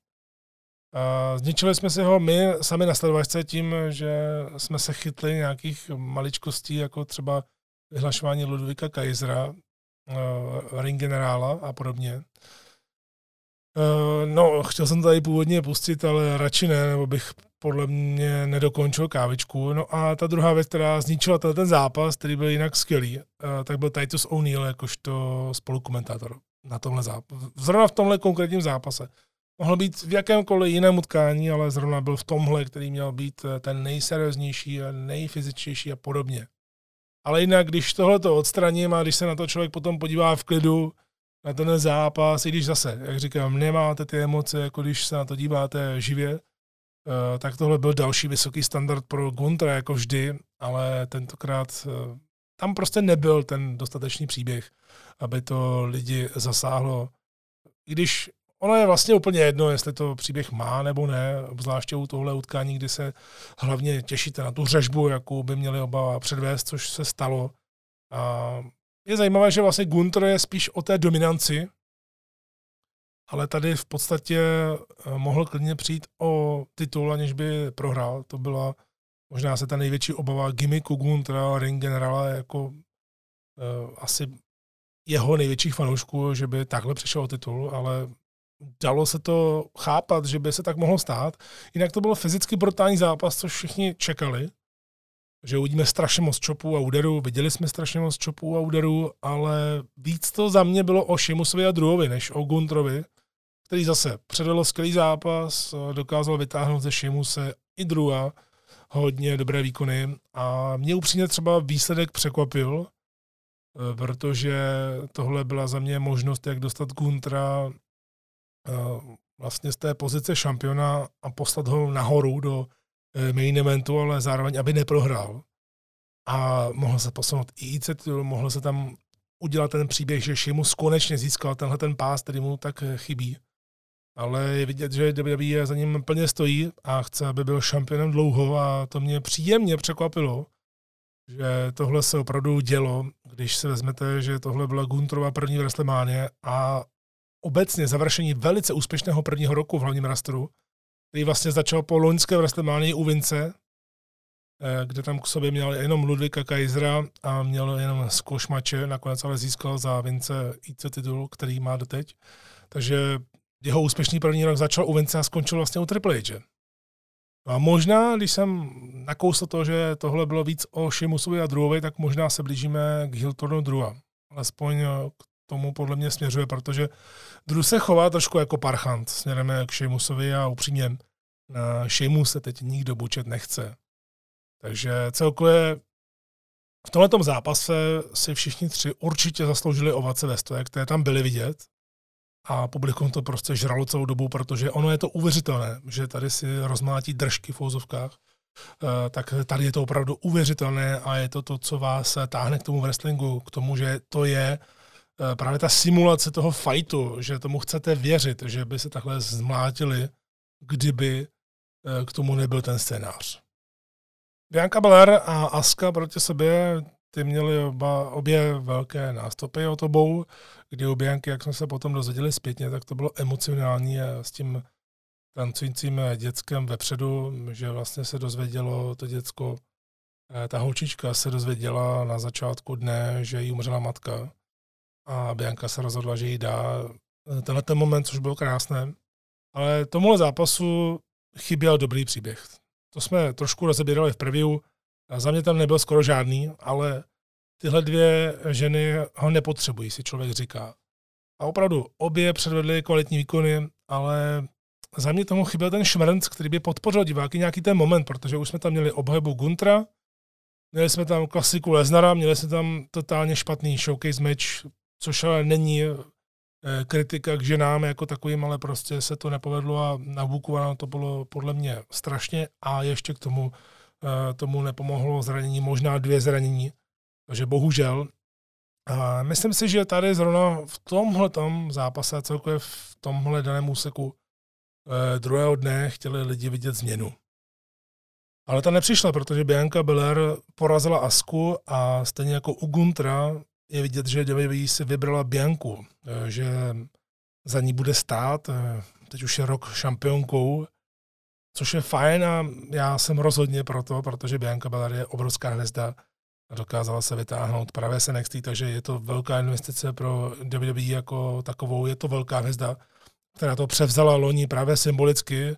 Zničili jsme si ho my sami na sledovačce tím, že jsme se chytli nějakých maličkostí, jako třeba vyhlašování Ludvíka Kaisera, ring generála a podobně. No, chtěl jsem tady původně pustit, ale radši ne, nebo bych podle mě nedokončil kávičku. No a ta druhá věc, která zničila ten zápas, který byl jinak skvělý, tak byl Titus O'Neil jakožto spolukomentátor na tomhle zápase. Zrovna v tomhle konkrétním zápase. Mohl být v jakémkoliv jiném utkání, ale zrovna byl v tomhle, který měl být ten nejserióznější a nejfyzičtější a podobně. Ale jinak, když tohle to odstraním a když se na to člověk potom podívá v klidu na ten zápas, i když zase, jak říkám, nemáte ty emoce, jako když se na to díváte živě, tak tohle byl další vysoký standard pro Gunthera, jako vždy, ale tentokrát tam prostě nebyl ten dostatečný příběh, aby to lidi zasáhlo. I když ono je vlastně úplně jedno, jestli to příběh má nebo ne, obzvláště u tohle utkání, kdy se hlavně těšíte na tu řežbu, jakou by měli oba předvést, což se stalo. A je zajímavé, že vlastně Gunther je spíš o té dominanci, ale tady v podstatě mohl klidně přijít o titul, aniž by prohrál. To byla možná se ta největší obava gimmicku Gunthera, ring generála, jako asi jeho největších fanoušků, že by takhle přišel o titul, ale dalo se to chápat, že by se tak mohlo stát. Jinak to byl fyzicky brutální zápas, což všichni čekali, že uvidíme strašně moc čopů a úderů, viděli jsme strašně moc čopů a úderů, ale víc to za mě bylo o Sheamusovi a Drewovi, než o Guntherovi, který zase předvedl skvělý zápas, dokázal vytáhnout ze Sheamuse i Drewa hodně dobré výkony a mě upřímně třeba výsledek překvapil, protože tohle byla za mě možnost, jak dostat Gunthera vlastně z té pozice šampiona a poslat ho nahoru do main eventu, ale zároveň, aby neprohrál. A mohl se posunout i IC, mohl se tam udělat ten příběh, že Sheamus konečně získal tenhle ten pás, který mu tak chybí. Ale je vidět, že WWE za ním plně stojí a chce, aby byl šampionem dlouho a to mě příjemně překvapilo, že tohle se opravdu dělo, když se vezmete, že tohle byla Guntherova první WrestleMania a obecně završení velice úspěšného prvního roku v hlavním rastru, který vlastně začal po loňské WrestleManii u Vince, kde tam k sobě měl jenom Ludvíka Kaisera a měl jenom squash mače, nakonec ale získal za Vince IC titul, který má doteď. Takže jeho úspěšný první rok začal u Vince a skončil vlastně u Triple H. A možná, když jsem nakousl to, že tohle bylo víc o Sheamusovi a Drewovi, tak možná se blížíme k heel-turnu Drewa. Alespoň k tomu podle mě směřuje, protože Drew se chová trošku jako parchant směrem k Sheamusovi a upřímně na Sheamus se teď nikdo bučet nechce. Takže celkově v tomhletom zápase si všichni tři určitě zasloužili ovace ve stoje, které tam byly vidět. A publikum to prostě žralo celou dobu, protože ono je to uvěřitelné, že tady si rozmlátí držky v fouzovkách, tak tady je to opravdu uvěřitelné a je to to, co vás táhne k tomu wrestlingu, k tomu, že to je právě ta simulace toho fightu, že tomu chcete věřit, že by se takhle zmlátili, kdyby k tomu nebyl ten scénář. Bianca Belair a Asuka proti sobě, ty měli obě velké nástupy od obou, kdy u Bianky, jak jsme se potom dozvěděli zpětně, tak to bylo emocionální s tím tancujícím dětskem vepředu, že vlastně se dozvědělo to děcko, ta holčička se dozvěděla na začátku dne, že jí umřela matka a Bianca se rozhodla, že jí dá tenhle ten moment, což bylo krásné. Ale tomuhle zápasu chyběl dobrý příběh. To jsme trošku rozebírali v preview. Za mě tam nebyl skoro žádný, ale tyhle dvě ženy ho nepotřebují, si člověk říká. A opravdu obě předvedly kvalitní výkony, ale za mě tomu chyběl ten šmrnc, který by podpořil diváky nějaký ten moment, protože už jsme tam měli obhajobu Guntra, měli jsme tam klasiku Lesnara, měli jsme tam totálně špatný showcase match, což ale není kritika k ženám jako takovým, ale prostě se to nepovedlo a nabukováno to bylo podle mě strašně a ještě k tomu nepomohlo zranění, možná 2 zranění, takže bohužel. A myslím si, že tady zrovna v tomhletom zápase, celkově v tomhle daném úseku druhého dne chtěli lidi vidět změnu. Ale ta nepřišla, protože Bianca Belair porazila Asku a stejně jako u Guntra je vidět, že WWE si vybrala Bianku, že za ní bude stát, teď už je rok šampionkou, což je fajn a já jsem rozhodně proto, protože Bianca Belair je obrovská hvězda a dokázala se vytáhnout právě z NXT, takže je to velká investice pro WWE jako takovou, je to velká hvězda, která to převzala loni právě symbolicky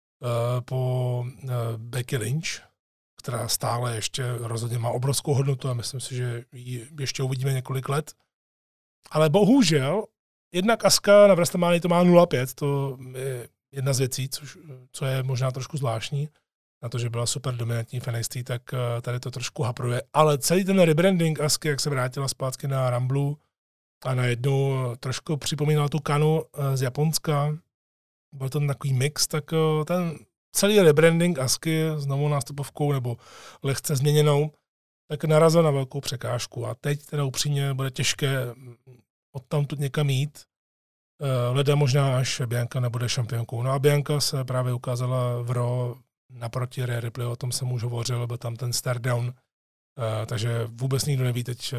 po Becky Lynch, která stále ještě rozhodně má obrovskou hodnotu a myslím si, že ji ještě uvidíme několik let. Ale bohužel, jednak Asuka na WrestleMania to má 0,5, to je jedna z věcí, co je možná trošku zvláštní, na to, že byla super dominantní v NXT, tak tady to trošku hapruje. Ale celý ten rebranding Asky, jak se vrátila zpátky na Rumble a najednou trošku připomínala tu Kanu z Japonska, byl to takový mix, tak ten celý rebranding Asky s novou nástupovkou nebo lehce změněnou, tak narazil na velkou překážku. A teď teda upřímně bude těžké odtamtud někam jít. Leda možná, až Bianca nebude šampionkou. No a Bianca se právě ukázala v Raw naproti Rhea Ripley, o tom jsem už hovořil, byl tam ten stare down, takže vůbec nikdo neví teď,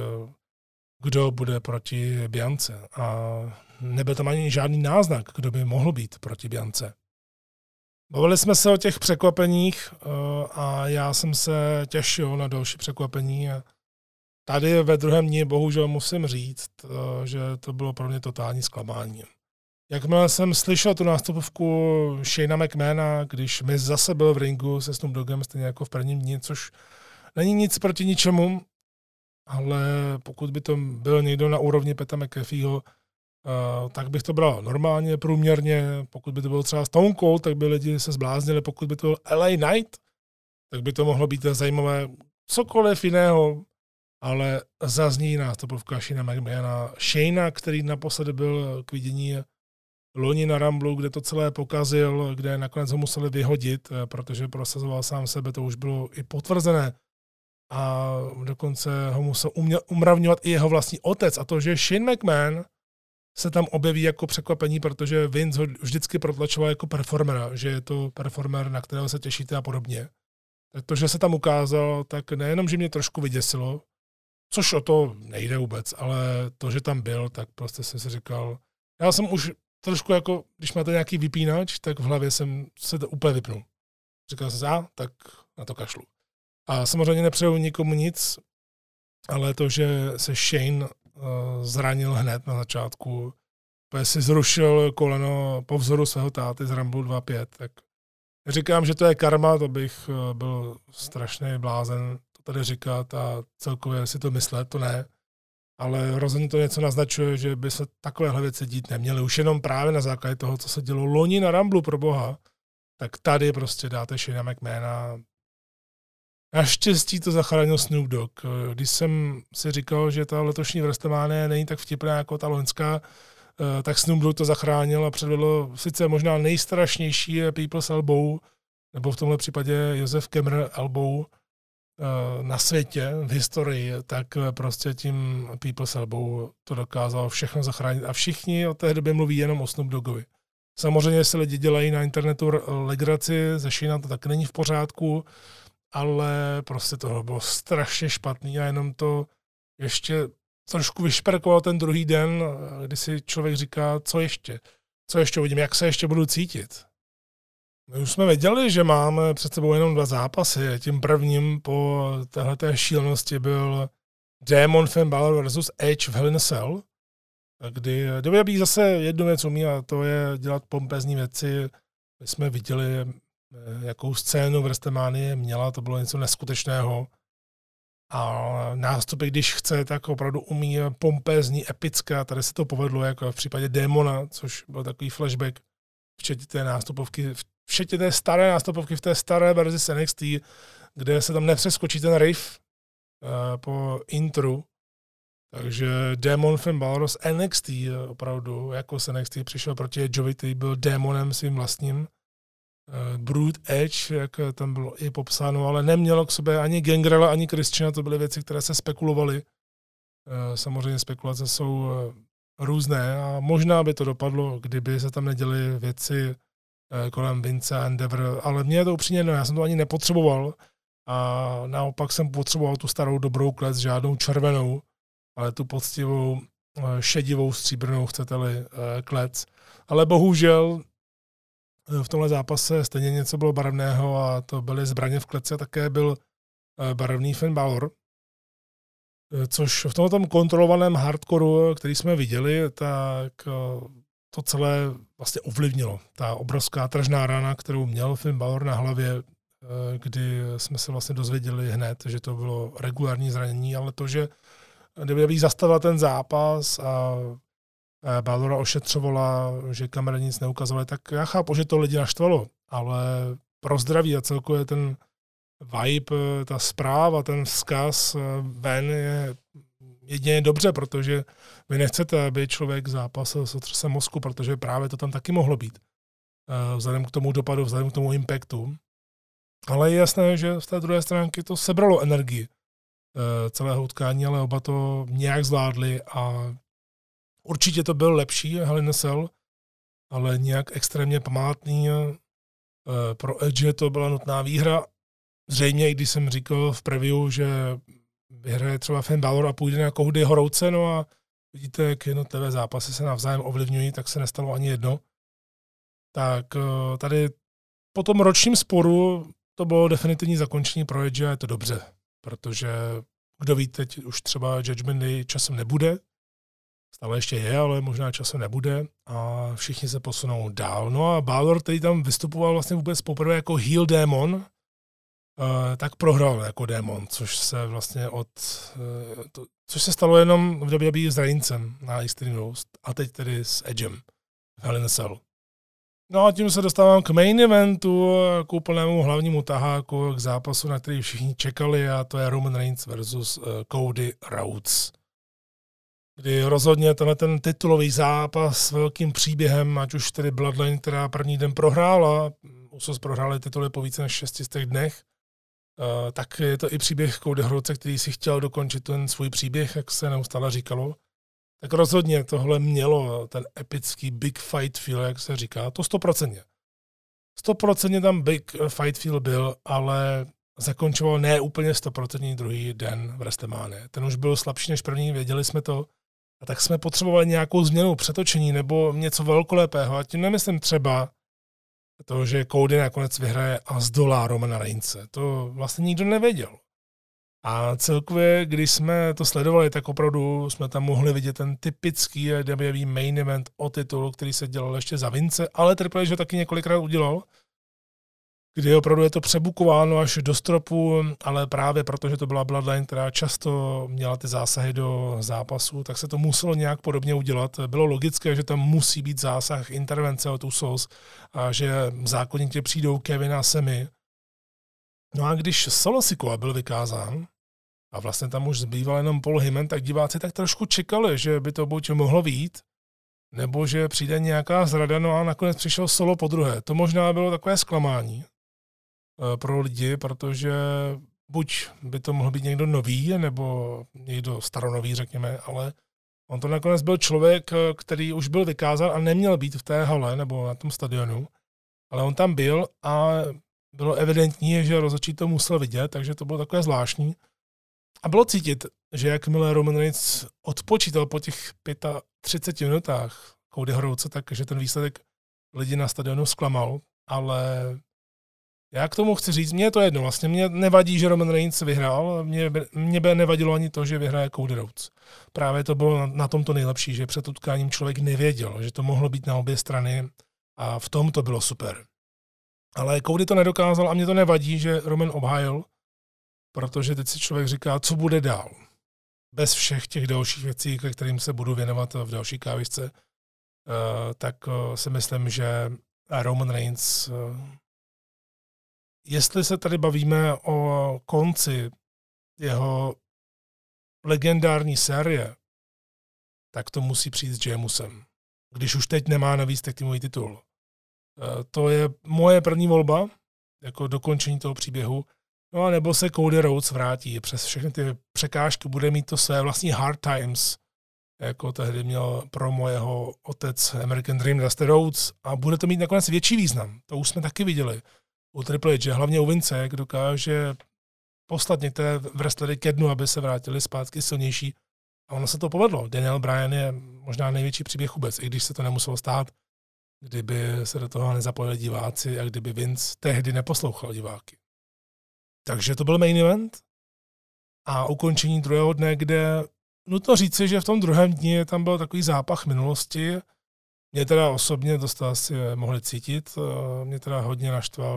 kdo bude proti Biance. A nebyl tam ani žádný náznak, kdo by mohl být proti Biance. Bavili jsme se o těch překvapeních a já jsem se těšil na další překvapení. Tady ve druhém dni bohužel musím říct, že to bylo pro mě totální zklamání. Jakmile jsem slyšel tu nástupovku Shayna McMahona, když Miz zase byl v ringu se Snoop Doggem, stejně jako v prvním dni, což není nic proti ničemu, ale pokud by to byl někdo na úrovni Peta McAfeeho, tak bych to bral normálně, průměrně. Pokud by to byl třeba Stone Cold, tak by lidi se zbláznili. Pokud by to byl LA Knight, tak by to mohlo být zajímavé cokoliv jiného, ale zazní nástupovka Shayna McMahona. Shayna, který naposledy byl k vidění loni na Rumble, kde to celé pokazil, kde nakonec ho museli vyhodit, protože prosazoval sám sebe, to už bylo i potvrzené. A dokonce ho musel umravňovat i jeho vlastní otec. A to, že Shane McMahon se tam objeví jako překvapení, protože Vince ho vždycky protlačoval jako performera, že je to performer, na kterého se těšíte a podobně. Tak to, že se tam ukázal, tak nejenom, že mě trošku vyděsilo, což o to nejde vůbec, ale to, že tam byl, tak prostě jsem si říkal, Já jsem už trošku jako, když máte nějaký vypínač, tak v hlavě jsem se to úplně vypnul. Říkal jsem, tak na to kašlu. A samozřejmě nepřeju nikomu nic, ale to, že se Shane zranil hned na začátku, protože si zrušil koleno po vzoru svého táty z Rumble 2.5, tak říkám, že to je karma, to bych byl strašný blázen to tady říkat a celkově si to myslet, to ne. Ale rozhodně to něco naznačuje, že by se takovéhle věci dít neměly. Už jenom právě na základě toho, co se dělo loni na Rumblu, pro boha, tak tady prostě dáte Shane McMahona. Naštěstí to zachránil Snoop Dogg. Když jsem si říkal, že ta letošní WrestleMania není tak vtipná jako ta loňská, tak Snoop Dogg to zachránil a předvedl sice možná nejstrašnější People's Elbow, nebo v tomhle případě Joseph Kemmer Elbow na světě, v historii, tak prostě tím People's Elbow to dokázal všechno zachránit a všichni od té doby mluví jenom o Snoop Doggovi. Samozřejmě si lidi dělají na internetu legraci, ze Shayna to tak není v pořádku, ale prostě to bylo strašně špatný a jenom to ještě trošku vyšperkoval ten druhý den, kdy si člověk říká, co ještě uvidím, jak se ještě budu cítit. My už jsme věděli, že máme před sebou jenom 2 zápasy. Tím prvním po téhleté šílenosti byl Demon Finn Balor versus Edge v Hell in a Cell, kdy WWE zase jednu věc umí a to je dělat pompezní věci. My jsme viděli, jakou scénu v WrestleManii měla, to bylo něco neskutečného. A nástupy, když chce, tak opravdu umí pompézní, epické. A tady se to povedlo, jako v případě Démona, což byl takový flashback, včetně té staré nástupovky v té staré verzi z NXT, kde se tam nepřeskočí ten riff po intru. Takže Demon Finn Balor z NXT opravdu, jako z NXT přišel proti Edgeovi, který byl démonem svým vlastním. Brood Edge, jak tam bylo i popsáno, ale nemělo k sobě ani Gangrela, ani Christiana, to byly věci, které se spekulovaly. Samozřejmě spekulace jsou různé a možná by to dopadlo, kdyby se tam neděly věci kolem Vince a Endeavor, ale mně je to upřímně jedno, já jsem to ani nepotřeboval a naopak jsem potřeboval tu starou dobrou klec, žádnou červenou, ale tu poctivou šedivou stříbrnou, chcete-li, klec. Ale bohužel v tomhle zápase stejně něco bylo barevného a to byly zbraně v kleci a také byl barevný Finn Balor, což v tomto kontrolovaném hardcoreu, který jsme viděli, tak to celé vlastně ovlivnilo. Ta obrovská tržná rána, kterou měl Finn Balor na hlavě, kdy jsme se vlastně dozvěděli hned, že to bylo regulární zranění, ale to, že kdyby zastavila ten zápas a Balora ošetřovala, že kamery nic neukazovaly, tak já chápu, že to lidi naštvalo, ale pro zdraví a celkově ten vibe, ta zpráva, ten vzkaz ven je jedině dobře, protože vy nechcete, aby člověk zápasil s otřesem mozku, protože právě to tam taky mohlo být. Vzhledem k tomu dopadu, vzhledem k tomu impactu. Ale je jasné, že z té druhé stránky to sebralo energii celého utkání, ale oba to nějak zvládli a určitě to byl lepší Hell in a Cell, ale nějak extrémně památný. Pro Edge to byla nutná výhra. Zřejmě, i když jsem říkal v preview, že vyhraje třeba Finn Balor a půjde na koudy horouce, no a vidíte, jak jednotlivé zápasy se navzájem ovlivňují, tak se nestalo ani jedno. Tak tady po tom ročním sporu to bylo definitivní zakončení pro Edge a je to dobře, protože kdo ví, teď už třeba Judgment Day časem nebude, stále ještě je, ale možná časem nebude a všichni se posunou dál. No a Balor, který tam vystupoval vlastně vůbec poprvé jako heel démon, tak prohrál jako démon, což se vlastně což se stalo jenom v WWE s Reincem na Extreme Rules a teď tedy s Edgem v Hell in a Cell. No a tím se dostávám k main eventu, k úplnému hlavnímu taháku, k zápasu, na který všichni čekali, a to je Roman Reigns versus Cody Rhodes. Kdy rozhodně ten titulový zápas s velkým příběhem, ať už tedy Bloodline, která první den prohrála, Usos prohráli tituly po více než 600 dnech, tak je to i příběh Cody Rhodese, který si chtěl dokončit ten svůj příběh, jak se neustále říkalo. Tak rozhodně tohle mělo ten epický big fight feel, jak se říká, to 100%. 100% tam big fight feel byl, ale zakončoval ne úplně 100% druhý den v WrestleMania. Ten už byl slabší než první, věděli jsme to, A tak jsme potřebovali nějakou změnu, přetočení nebo něco velkolepého. A tím nemyslím třeba to, že Cody nakonec vyhraje a zdolá Romana Reignse. To vlastně nikdo nevěděl. A celkově, když jsme to sledovali, tak opravdu jsme tam mohli vidět ten typický WWE main event o titulu, který se dělal ještě za Vince, ale Triple H ho taky několikrát udělal, kdy opravdu je to přebukováno až do stropu, ale právě protože to byla Bloodline, která často měla ty zásahy do zápasu, tak se to muselo nějak podobně udělat. Bylo logické, že tam musí být zásah, intervence od Usos a že zákonitě přijdou Kevin a Sami. No a když Solo Sikoa byl vykázán a vlastně tam už zbýval jenom Paul Heyman, tak diváci tak trošku čekali, že by to buď mohlo vyjít, nebo že přijde nějaká zrada, no a nakonec přišel Solo podruhé. To možná bylo takové zklamání pro lidi, protože buď by to mohl být někdo nový, nebo někdo staronový, řekněme, ale on to nakonec byl člověk, který už byl vykázán a neměl být v té hale nebo na tom stadionu, ale on tam byl a bylo evidentní, že rozhodčí to musel vidět, takže to bylo takové zvláštní. A bylo cítit, že jakmile Roman Reigns odpočítal po těch 35 minutách Codyho Rhodese, takže ten výsledek lidi na stadionu zklamal, ale já k tomu chci říct, mně je to jedno, vlastně mě nevadí, že Roman Reigns vyhrál, mě by nevadilo ani to, že vyhraje Cody Rhodes. Právě to bylo na tom to nejlepší, že před utkáním člověk nevěděl, že to mohlo být na obě strany a v tom to bylo super. Ale Cody to nedokázal a mě to nevadí, že Roman obhájil, protože teď si člověk říká, co bude dál. Bez všech těch dalších věcí, ke kterým se budu věnovat v další kávisce, tak si myslím, že Roman Reigns, jestli se tady bavíme o konci jeho legendární série, tak to musí přijít s Jamusem. Když už teď nemá navíc tak týmový titul. To je moje první volba, jako dokončení toho příběhu. No a nebo se Cody Rhodes vrátí. Přes všechny ty překážky bude mít to své vlastní hard times, jako tehdy měl pro jeho otec American Dream Dusty Rhodes a bude to mít nakonec větší význam. To už jsme taky viděli u Triple H, hlavně u Vince, jak dokáže poslat některé wrestlery ke dnu, aby se vrátili zpátky silnější. A ono se to povedlo. Daniel Bryan je možná největší příběh vůbec, i když se to nemuselo stát, kdyby se do toho nezapojili diváci a kdyby Vince tehdy neposlouchal diváky. Takže to byl main event a ukončení druhého dne, kde nutno říci, že v tom druhém dni tam byl takový zápach minulosti. Mě teda osobně, to jste asi mohli cítit, mě teda hodně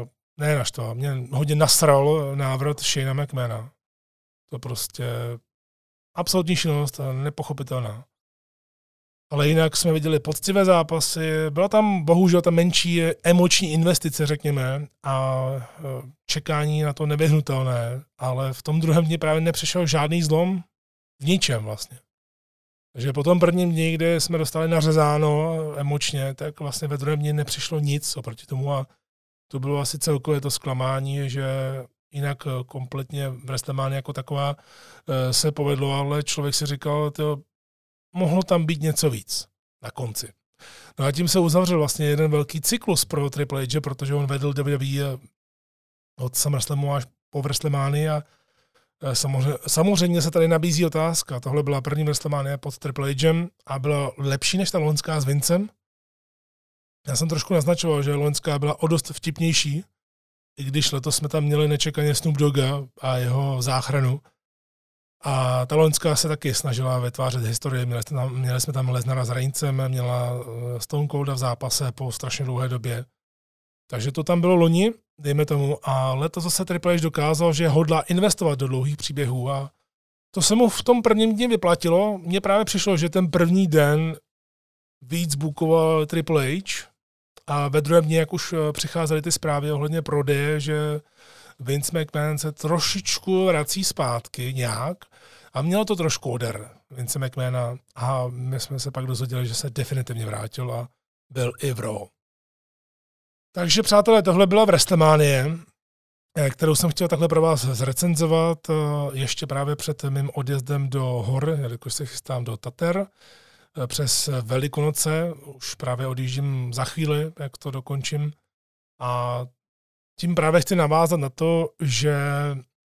mě hodně nasral návrat Shayna McMahona. To prostě absolutní šílenost a nepochopitelná. Ale jinak jsme viděli poctivé zápasy, byla tam bohužel ta menší emoční investice, řekněme, a čekání na to nevyhnutelné, ale v tom druhém dni právě nepřišel žádný zlom v ničem vlastně. Takže po tom prvním dni, kde jsme dostali nařezáno emočně, tak vlastně ve druhém dni nepřišlo nic oproti tomu a to bylo asi celkové to zklamání, že jinak kompletně WrestleMania jako taková se povedlo, ale člověk si říkal, mohlo tam být něco víc na konci. No a tím se uzavřel vlastně jeden velký cyklus pro Triple H, protože on vedl WWE od SummerSlamu až po WrestleMania a samozřejmě se tady nabízí otázka. Tohle byla první WrestleMania pod Triple H'em a byla lepší než ta loňská s Vincem. Já jsem trošku naznačoval, že loňská byla o dost vtipnější, i když letos jsme tam měli nečekaně Snoop Dogga a jeho záchranu. A ta loňská se taky snažila vytvářet historii. Měli jsme tam Lesnara s Reincem, měla Stone Colda v zápase po strašně dlouhé době. Takže to tam bylo loni, dejme tomu, a letos zase Triple H dokázal, že hodlá investovat do dlouhých příběhů a to se mu v tom prvním dni vyplatilo. Mně právě přišlo, že ten první den víc bookoval Triple H a ve druhém dni, jak už přicházely ty zprávy ohledně prodeje, že Vince McMahon se trošičku vrací zpátky nějak a mělo to trošku oder Vince McMahona a my jsme se pak dozvěděli, že se definitivně vrátil a byl i v Raw. Takže přátelé, tohle byla WrestleMania, kterou jsem chtěl takhle pro vás zrecenzovat ještě právě před mým odjezdem do hor, jelikož se chystám do Tater, přes Velikonoce, už právě odjíždím za chvíli, jak to dokončím a tím právě chci navázat na to, že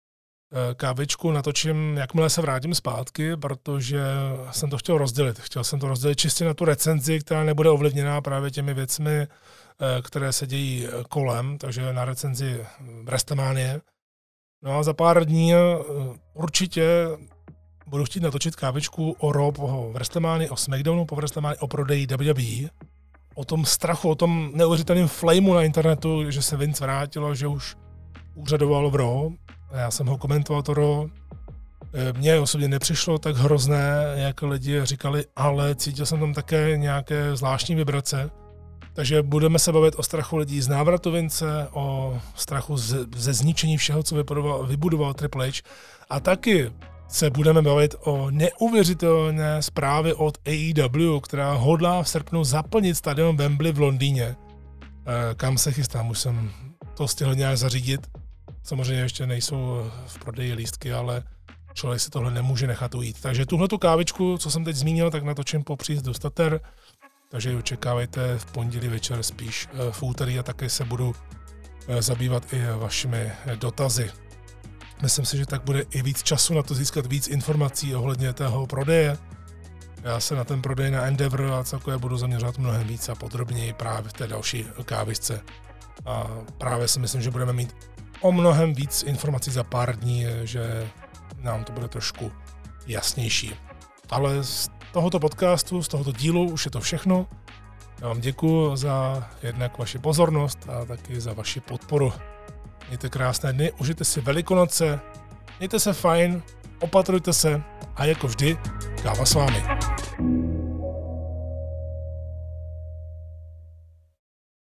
kávičku natočím, jakmile se vrátím zpátky, protože jsem to chtěl rozdělit. Chtěl jsem to rozdělit čistě na tu recenzi, která nebude ovlivněná právě těmi věcmi, které se dějí kolem, takže na recenzi WrestleMania. No a za pár dní určitě budu chtít natočit kávičku o Raw po WrestleMania, o SmackDownu po WrestleMania, o prodeji WWE, o tom strachu, o tom neuvěřitelném flameu na internetu, že se Vince vrátilo, že už úřadoval v Raw. Já jsem ho komentoval to Raw. Mně osobně nepřišlo tak hrozné, jak lidi říkali, ale cítil jsem tam také nějaké zvláštní vibrace. Takže budeme se bavit o strachu lidí z návratu Vince, o strachu ze zničení všeho, co vybudoval Triple H. A taky se budeme bavit o neuvěřitelné zprávě od AEW, která hodlá v srpnu zaplnit stadion Wembley v Londýně. Kam se chystám, už jsem to stihl nějak zařídit. Samozřejmě ještě nejsou v prodeji lístky, ale člověk si tohle nemůže nechat ujít. Takže tuhletu kávičku, co jsem teď zmínil, tak natočím po příjezdu z Tater. Takže ji očekávejte v pondělí večer, spíš v úterý, a také se budu zabývat i vašimi dotazy. Myslím si, že tak bude i víc času na to získat víc informací ohledně tého prodeje. Já se na ten prodej na Endeavor a celkově budu zaměřovat mnohem víc a podrobněji právě v té další kávičce. A právě si myslím, že budeme mít o mnohem víc informací za pár dní, že nám to bude trošku jasnější. Ale z tohoto podcastu, z tohoto dílu už je to všechno. Já vám děkuji za jednak vaši pozornost a taky za vaši podporu. Mějte krásné dny, užijte si Velikonoce, mějte se fajn, opatrujte se a jako vždy, káva s vámi.